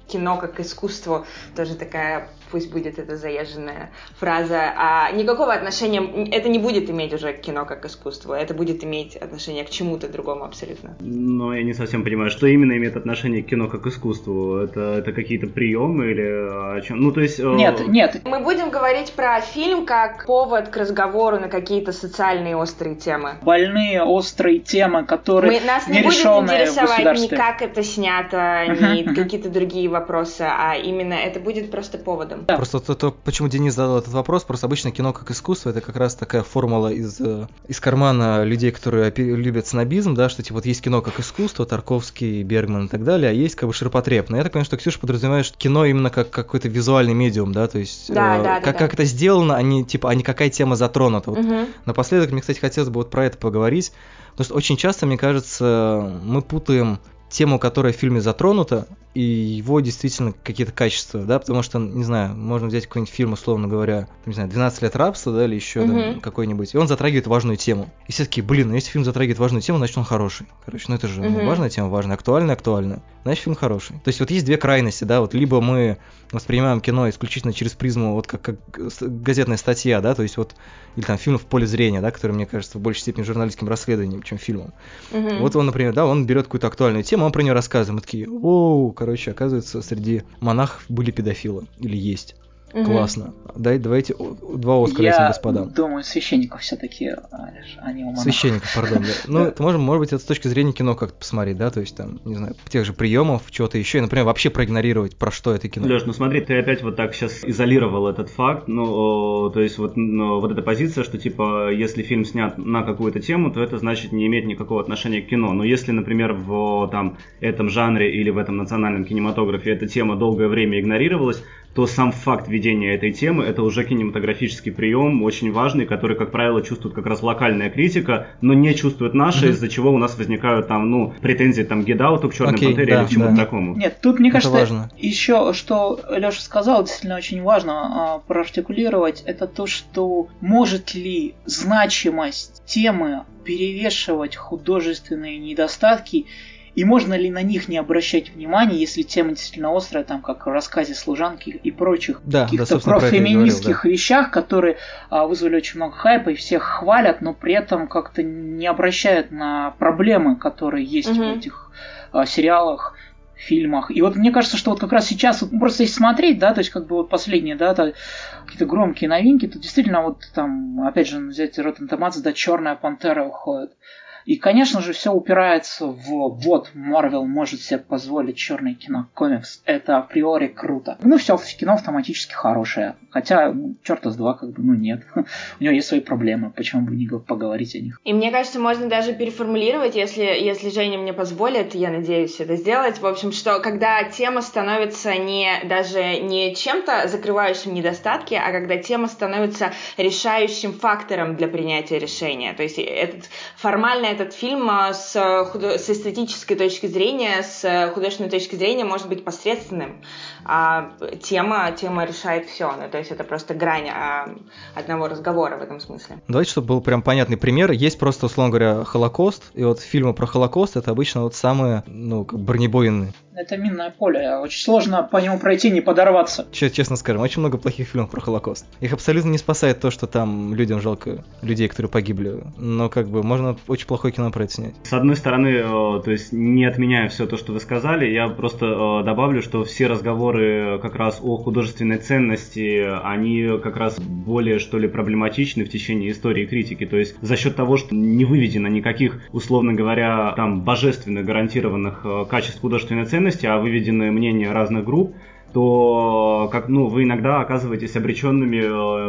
кино как искусство, тоже такая, пусть будет это заезженная фраза, а никакого отношения, это не будет иметь уже кино как искусство, это будет иметь отношение к чему-то другому абсолютно. Но я не совсем понимаю, что именно имеет отношение к кино как искусству. Это, это какие-то приемы или о чем? Ну, то есть... Нет, э... нет. Мы будем говорить про фильм как повод к разговору на какие-то социальные острые темы. Больные острые темы, которые Мы, нас не не будет решенные интересовать ни как это снято, ни какие-то другие вопросы, а именно это будет просто поводом. Да. Просто то, то, почему Денис задал этот вопрос, просто обычно кино как искусство, это как раз такая формула из, из кармана людей, которые любят снобизм, да, что типа вот есть кино как искусство, Тарковский, Бергман и так далее, а есть как бы ширпотреб. Но я так понимаю, что Ксюша подразумевает, что кино именно как какой-то визуальный медиум, да, то есть да, э, да, как, да, как да. это сделано, а не, типа, а не какая тема затронута. Вот. Угу. Напоследок мне, кстати, хотелось бы вот про это поговорить, потому что очень часто, мне кажется, мы путаем тему, которая в фильме затронута, и его действительно какие-то качества, да, потому что, не знаю, можно взять какой-нибудь фильм, условно говоря, не знаю, двенадцать лет рабства, да, или еще mm-hmm. там, какой-нибудь, и он затрагивает важную тему. И все такие, блин, ну если фильм затрагивает важную тему, значит он хороший. Короче, ну это же mm-hmm. ну, важная тема, важная, актуальная, актуальная. Значит фильм хороший. То есть вот есть две крайности, да, вот либо мы воспринимаем кино исключительно через призму, вот как, как газетная статья, да, то есть вот, или там фильм в поле зрения, да, который, мне кажется, в большей степени журналистским расследованием, чем фильмом. Mm-hmm. Вот он, например, да, он берет какую-то актуальную тему, он про нее рассказывает, мы такие, оу, короче, оказывается, среди монахов были педофилы, или есть. Угу. Классно. Дай, давайте два Оскара этим господам. Я думаю, священников все-таки, они у монахов. Священников, пардон, да. Ну, это можем, может быть, это с точки зрения кино как-то посмотреть, да, то есть там, не знаю, тех же приемов, чего-то еще, и, например, вообще проигнорировать, про что это кино. Леш, ну смотри, ты опять вот так сейчас изолировал этот факт, ну, то есть вот, ну, вот эта позиция, что типа, если фильм снят на какую-то тему, то это значит не имеет никакого отношения к кино. Но если, например, в там этом жанре или в этом национальном кинематографе эта тема долгое время игнорировалась, то сам факт ведения этой темы — это уже кинематографический прием, очень важный, который, как правило, чувствует как раз локальная критика, но не чувствует наша, mm-hmm. из-за чего у нас возникают там, ну, претензии там, к Get Out'у, к Черной okay, Пантере да, или к чему-то да. такому. Нет, тут, мне это кажется, важно. Еще, что Леша сказал, действительно очень важно а, проартикулировать, это то, что может ли значимость темы перевешивать художественные недостатки, и можно ли на них не обращать внимания, если тема действительно острая, там, как в рассказе «Служанки» и прочих да, каких-то да, профеминистских говорил, да. вещах, которые а, вызвали очень много хайпа и всех хвалят, но при этом как-то не обращают на проблемы, которые есть угу. в этих а, сериалах, фильмах. И вот мне кажется, что вот как раз сейчас, вот, просто если смотреть, да, то есть как бы вот последние, да, то, какие-то громкие новинки, то действительно вот там, опять же, взять Rotten Tomatoes, да, «Черная пантера» уходит. И, конечно же, все упирается в вот, Marvel может себе позволить черный кино, комикс. Это априори круто. Ну, все, кино автоматически хорошее. Хотя, ну, черта с два, как бы, ну, нет. У него есть свои проблемы, почему бы не поговорить о них. И мне кажется, можно даже переформулировать, если, если Женя мне позволит, я надеюсь это сделать, в общем, что когда тема становится не, даже не чем-то закрывающим недостатки, а когда тема становится решающим фактором для принятия решения. То есть этот формально этот фильм с, худо... с эстетической точки зрения, с художественной точки зрения может быть посредственным. А тема, тема решает все. Ну, то есть это просто грань а, одного разговора в этом смысле. Давайте, чтобы был прям понятный пример. Есть просто, условно говоря, Холокост. И вот фильмы про Холокост — это обычно вот самые, ну, как бронебойные. Это минное поле. Очень сложно по нему пройти, не подорваться. Сейчас, честно скажем, очень много плохих фильмов про Холокост. Их абсолютно не спасает то, что там людям жалко людей, которые погибли. Но как бы можно очень плохое кино про это снять. С одной стороны, то есть не отменяя все то, что вы сказали, я просто добавлю, что все разговоры как раз о художественной ценности, они как раз более, что ли, проблематичны в течение истории критики. То есть за счет того, что не выведено никаких, условно говоря, там божественных гарантированных качеств художественной ценности, а выведены мнения разных групп, то как, ну, вы иногда оказываетесь обреченными,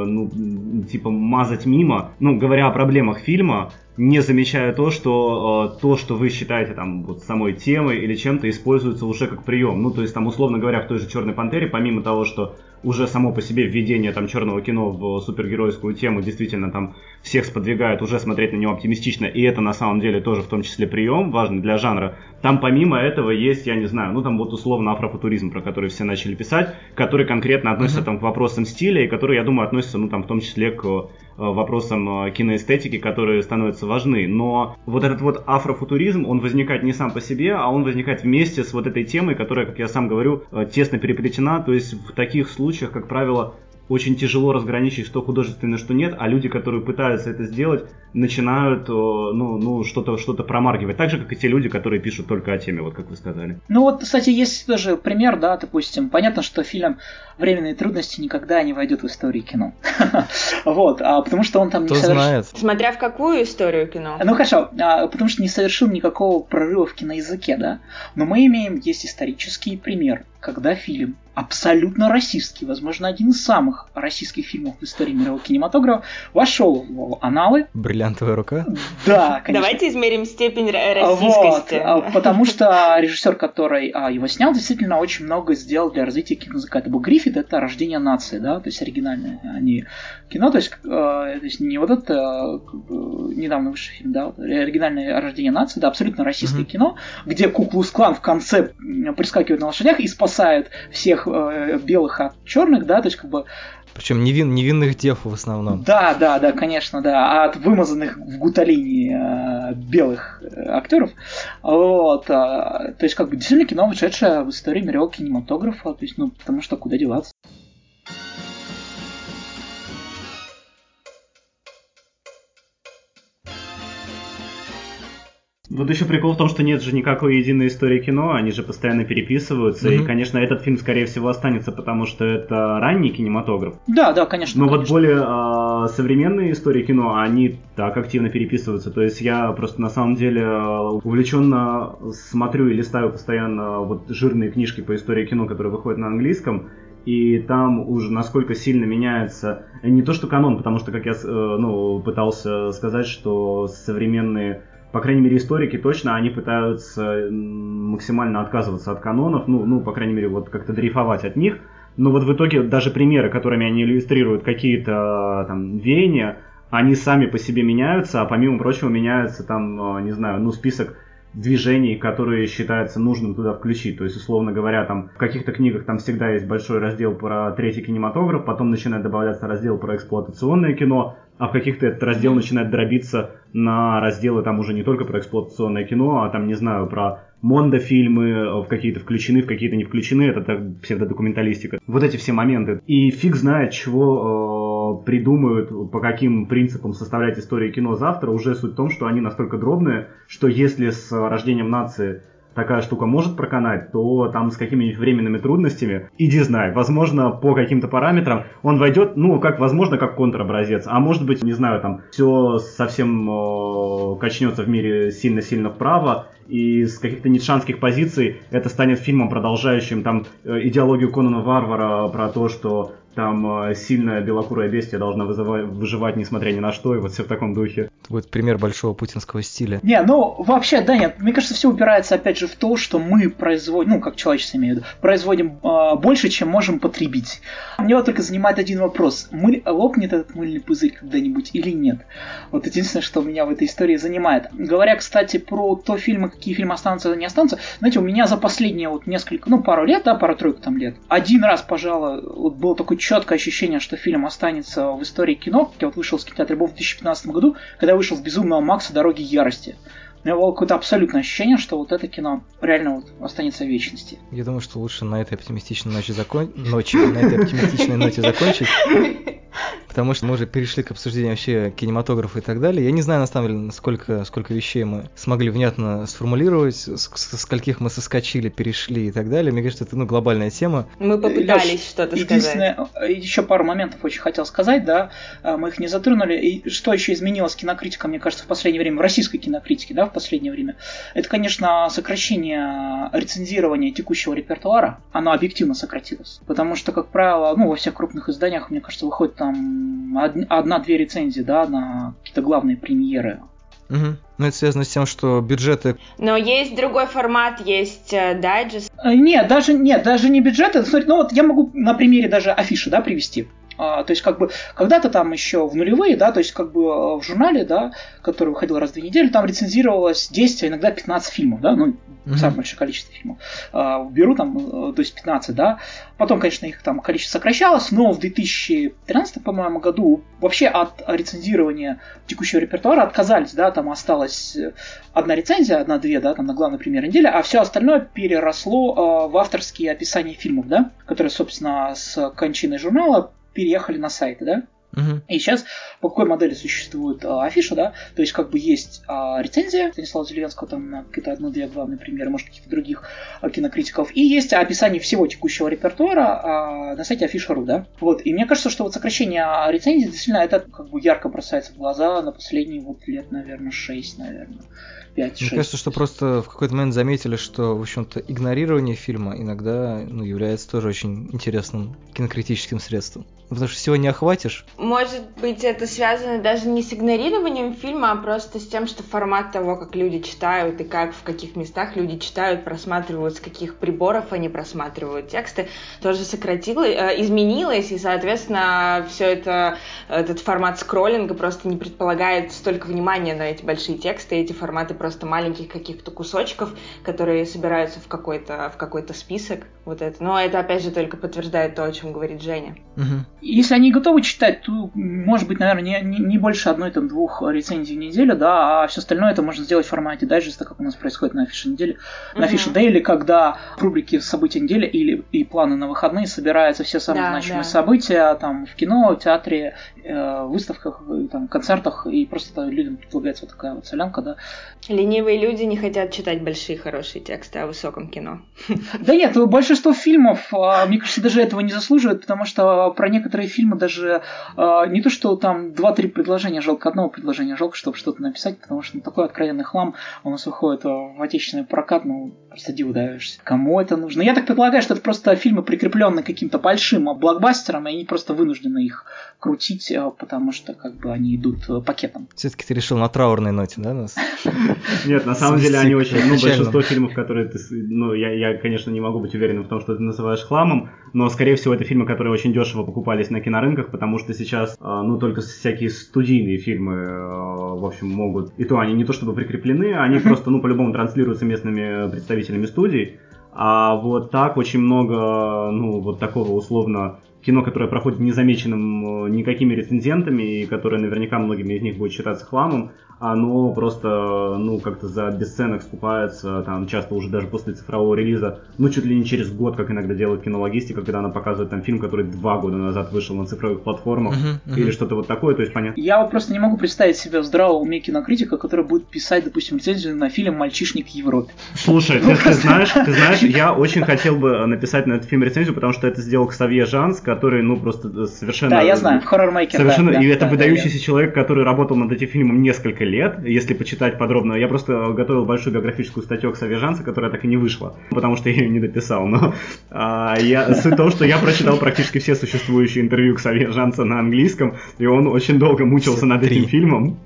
ну, типа, мазать мимо, ну, говоря о проблемах фильма, не замечая то, что э, то, что вы считаете там вот самой темой или чем-то, используется уже как прием. Ну, то есть, там, условно говоря, в той же «Черной пантере», помимо того, что уже само по себе введение там черного кино в супергеройскую тему действительно там всех сподвигает уже смотреть на него оптимистично, и это на самом деле тоже в том числе прием, важный для жанра. Там помимо этого есть, я не знаю, ну там вот условно афрофутуризм, про который все начали писать, который конкретно относится mm-hmm. там к вопросам стиля, и который, я думаю, относится, ну там в том числе к э, вопросам э, киноэстетики, которые становятся важны. Но вот этот вот афрофутуризм, он возникает не сам по себе, а он возникает вместе с вот этой темой, которая, как я сам говорю, э, тесно переплетена. То есть в таких случаях, как правило, очень тяжело разграничить, что художественно, что нет, а люди, которые пытаются это сделать, начинают ну, ну, что-то, что-то промаргивать. Так же, как и те люди, которые пишут только о теме, вот как вы сказали. Ну вот, кстати, есть тоже пример, да, допустим, понятно, что фильм «Временные трудности» никогда не войдет в историю кино. Вот, потому что он там не совершил... Смотря в какую историю кино. Ну хорошо, потому что не совершил никакого прорыва в киноязыке, да. Но мы имеем, есть исторический пример, когда фильм абсолютно российский, возможно, один из самых российских фильмов в истории мирового кинематографа, вошел в аналы. «Бриллиантовая рука»? Да, конечно. Давайте измерим степень российскости. Вот, потому что режиссер, который его снял, действительно очень много сделал для развития киноязыка. Это был Гриффит, это «Рождение нации», да, то есть оригинальное они кино, то есть, э, то есть не вот это э, недавно вышедший фильм, да, оригинальное «Рождение нации», да, абсолютно российское mm-hmm. кино, где Ку-Клукс-Клан в конце прискакивает на лошадях и спасает всех э, белых от черных, да, то есть как бы. Причем невин, невинных дев в основном. Да, да, да, конечно, да, от вымазанных в гуталине э, белых э, актеров. Вот, э, то есть как бы действительно кино, вышедшее в истории мирового кинематографа, то есть, ну, потому что куда деваться. Вот еще прикол в том, что нет же никакой единой истории кино, они же постоянно переписываются, mm-hmm. и, конечно, этот фильм, скорее всего, останется, потому что это ранний кинематограф. Да, да, конечно. Но конечно. вот более э, современные истории кино, они так активно переписываются, то есть я просто на самом деле увлеченно смотрю и листаю постоянно вот жирные книжки по истории кино, которые выходят на английском, и там уже насколько сильно меняется не то что канон, потому что, как я э, ну, пытался сказать, что современные, по крайней мере, историки точно, они пытаются максимально отказываться от канонов, ну, ну, по крайней мере, вот как-то дрейфовать от них. Но вот в итоге даже примеры, которыми они иллюстрируют какие-то там веяния, они сами по себе меняются, а помимо прочего меняется там, не знаю, ну, список движений, которые считается нужным туда включить. То есть, условно говоря, там в каких-то книгах там всегда есть большой раздел про третий кинематограф, потом начинает добавляться раздел про эксплуатационное кино, а в каких-то этот раздел начинает дробиться на разделы там уже не только про эксплуатационное кино, а там, не знаю, про мондофильмы, в какие-то включены, в какие-то не включены, это так, псевдодокументалистика. Вот эти все моменты. И фиг знает, чего э, придумают, по каким принципам составлять истории кино завтра. Уже суть в том, что они настолько дробные, что если с «Рождением нации» такая штука может проканать, то там с какими-нибудь временными трудностями, иди знай, возможно, по каким-то параметрам он войдет, ну, как, возможно, как контробразец, а может быть, не знаю, там, все совсем э, качнется в мире сильно-сильно вправо, и с каких-то ницшанских позиций это станет фильмом, продолжающим там идеологию Конана Варвара про то, что там сильная белокурая бестия должна вызывать, выживать несмотря ни на что, и вот все в таком духе. Это будет пример большого путинского стиля. Не, ну вообще, да, нет, мне кажется, все упирается опять же в то, что мы производим, ну как человечество имею в виду, производим э, больше, чем можем потребить. Мне вот только занимает один вопрос: мы, лопнет этот мыльный пузырь когда-нибудь или нет? Вот единственное, что меня в этой истории занимает. Говоря, кстати, про то фильмы, какие фильмы останутся, не останутся, знаете, у меня за последние вот несколько, ну пару лет, да, пару-тройку там лет, один раз, пожалуй, вот было такое четкое ощущение, что фильм останется в истории кино, как я вот вышел с кинотеатра Львов в две тысячи пятнадцатом году, когда я вышел с «Безумного Макса. Дороги ярости». У меня было какое-то абсолютное ощущение, что вот это кино реально вот останется в вечности. Я думаю, что лучше на этой оптимистичной ночи закон... ночи, на этой оптимистичной ноте закончить. Потому что мы уже перешли к обсуждению вообще кинематографа и так далее. Я не знаю, на самом деле, сколько, сколько вещей мы смогли внятно сформулировать, со скольких мы соскочили, перешли и так далее. Мне кажется, это ну, глобальная тема. Мы попытались Леш, что-то сказать. Еще пару моментов очень хотел сказать, да, мы их не затронули. И что еще изменилось кинокритика, мне кажется, в последнее время, в российской кинокритике, да, в последнее время, это, конечно, сокращение рецензирования текущего репертуара. Оно объективно сократилось. Потому что, как правило, ну, во всех крупных изданиях, мне кажется, выходит там одна-две рецензии, да, на какие-то главные премьеры. Угу. Ну, это связано с тем, что бюджеты... Но есть другой формат, есть дайджест. Нет, даже, нет, даже не бюджеты. Смотри, ну вот я могу на примере даже афиши, да, привести. А, то есть, как бы, когда-то там еще в нулевые, да, то есть, как бы в журнале, да, который выходил раз в две недели, там рецензировалось десять, а иногда пятнадцать фильмов, да, ну, mm-hmm. самое большое количество фильмов. А, беру там, то есть, пятнадцать, да. Потом, конечно, их там количество сокращалось, но в две тысячи тринадцатом, по-моему, году вообще от рецензирования текущего репертуара отказались, да, там осталась одна рецензия, одна-две, да, там на главной премьере недели, а все остальное переросло э, в авторские описания фильмов, да, которые, собственно, с кончиной журнала переехали на сайты, да. Uh-huh. И сейчас по какой модели существует а, афиша, да, то есть как бы есть а, рецензия Станислава Зеленского там на какие-то одну-две главные примеры, может каких-то других а, кинокритиков, и есть описание всего текущего репертуара а, на сайте афиша точка ру, да, вот, и мне кажется, что вот сокращение рецензий действительно это как бы ярко бросается в глаза на последние вот лет, наверное, шесть, наверное, пять-шесть. Мне кажется, что просто в какой-то момент заметили, что, в общем-то, игнорирование фильма иногда, ну, является тоже очень интересным кинокритическим средством. Потому что всего не охватишь. Может быть, это связано даже не с игнорированием фильма, а просто с тем, что формат того, как люди читают и как в каких местах люди читают, просматривают, с каких приборов они просматривают тексты, тоже сократилось, изменилось, и, соответственно, все это, этот формат скроллинга просто не предполагает столько внимания на эти большие тексты, эти форматы просто маленьких каких-то кусочков, которые собираются в какой-то, в какой-то список. Вот это. Но это, опять же, только подтверждает то, о чем говорит Женя. Угу. Если они готовы читать, то, может быть, наверное, не, не, не больше одной-двух рецензий в неделю, да, а все остальное это можно сделать в формате дайджеста, как у нас происходит на афише недели. Uh-huh. На афише дейли, когда в рубрике «События недели» или и планы на выходные собираются все самые да, значимые да. события там, в кино, в театре, э, выставках, там, концертах, и просто людям предлагается вот такая вот солянка, да. Ленивые люди не хотят читать большие хорошие тексты о высоком кино. Да нет, большинство фильмов, мне кажется, даже этого не заслуживает, потому что про некоторые Некоторые фильмы даже э, не то, что там два-три предложения, жалко одного предложения, жалко, чтобы что-то написать, потому что ну, такой откровенный хлам у нас выходит в отечественный прокат, ну, просто диву даешься. Кому это нужно? Я так предполагаю, что это просто фильмы, прикрепленные каким-то большим блокбастером, и они просто вынуждены их крутить, потому что как бы они идут пакетом. Все-таки ты решил на траурной ноте, да, нас? Нет, на самом деле они очень, ну, большинство фильмов, которые ты, ну, я, конечно, не могу быть уверенным в том, что ты называешь хламом, но, скорее всего, это фильмы, которые очень дешево покупались на кинорынках, потому что сейчас, ну, только всякие студийные фильмы, в общем, могут, и то они не то чтобы прикреплены, они просто, ну, по-любому транслируются местными представителями студий, а вот так очень много, ну, вот такого условно кино, которое проходит незамеченным никакими рецензентами, и которое наверняка многими из них будет считаться хламом, оно просто, ну, как-то за бесценок скупается, там, часто уже даже после цифрового релиза, ну, чуть ли не через год, как иногда делает кинологистика, когда она показывает там фильм, который два года назад вышел на цифровых платформах, uh-huh, uh-huh. или что-то вот такое, то есть понятно. Я вот просто не могу представить себе в здравом уме кинокритика, который будет писать, допустим, рецензию на фильм «Мальчишник в Европе». Слушай, ты, ты знаешь, ты знаешь, я очень хотел бы написать на этот фильм рецензию, потому что это сделал Ксавье Жанс, который, ну, просто совершенно... Да, я знаю, хоррор-мейкер. Совершенно, да, и да, это да, выдающийся да, человек, который работал над этим фильмом несколько лет, если почитать подробно. Я просто готовил большую биографическую статью Ксавье Жанса, которая так и не вышла, потому что я ее не дописал. Но а, я, суть в том, что я прочитал практически все существующие интервью Ксавье Жанса на английском, и он очень долго мучился над этим фильмом.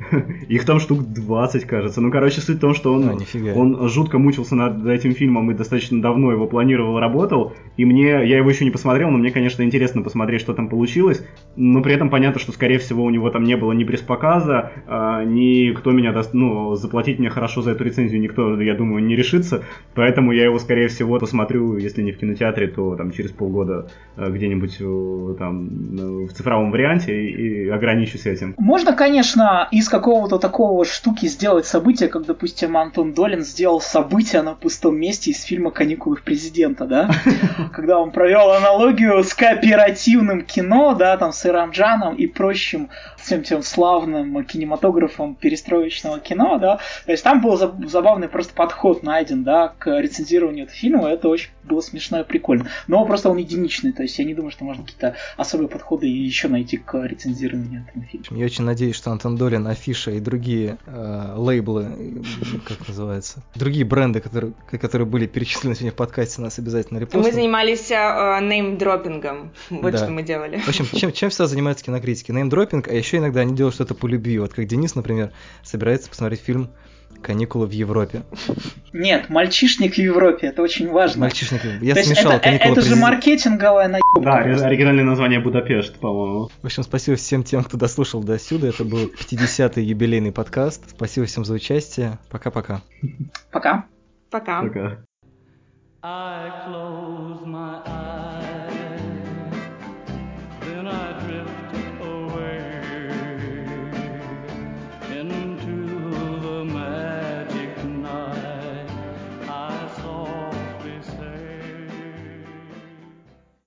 Их там штук двадцать, кажется. Ну, короче, суть в том, что он, а, он жутко мучился над этим фильмом и достаточно давно его планировал, работал. И мне, я его еще не посмотрел, но мне, конечно, интересно посмотреть, что там получилось. Но при этом понятно, что, скорее всего, у него там не было ни пресс-показа, а, ни кто меня даст, ну, заплатить мне хорошо за эту рецензию никто, я думаю, не решится. Поэтому я его, скорее всего, посмотрю, если не в кинотеатре, то там через полгода где-нибудь там в цифровом варианте и, и ограничусь этим. Можно, конечно, из какого-то такого штуки сделать событие, как, допустим, Антон Долин сделал событие на пустом месте из фильма «Каникулы в президента», да? Когда он провел аналогию с кооперативным кино, да, там, с Иранджаном и прочим всем тем славным кинематографом перестроечного кино, да, то есть там был забавный просто подход найден, да, к рецензированию этого фильма, это очень было смешно и прикольно, но просто он единичный, то есть я не думаю, что можно какие-то особые подходы еще найти к рецензированию этого фильма. Я очень надеюсь, что Антон Долин, Афиша и другие э, лейблы, как называется, другие бренды, которые, которые были перечислены сегодня в подкасте, нас обязательно репостнут. Мы занимались э, неймдропингом, вот да. Что мы делали. В общем, чем, чем всегда занимаются кинокритики? Неймдропинг, а еще иногда они делают что-то по любви. Вот как Денис, например, собирается посмотреть фильм каникулы в Европе. Нет, мальчишник в Европе, это очень важно. Мальчишник в Европе. Я То смешал это, каникулы это же президента. маркетинговая наебка. Да, оригинальное название Будапешт, по-моему. В общем, спасибо всем тем, кто дослушал до сюда. Это был пятидесятый юбилейный подкаст. Спасибо всем за участие. Пока-пока. Пока. Пока. Пока. I close my eyes.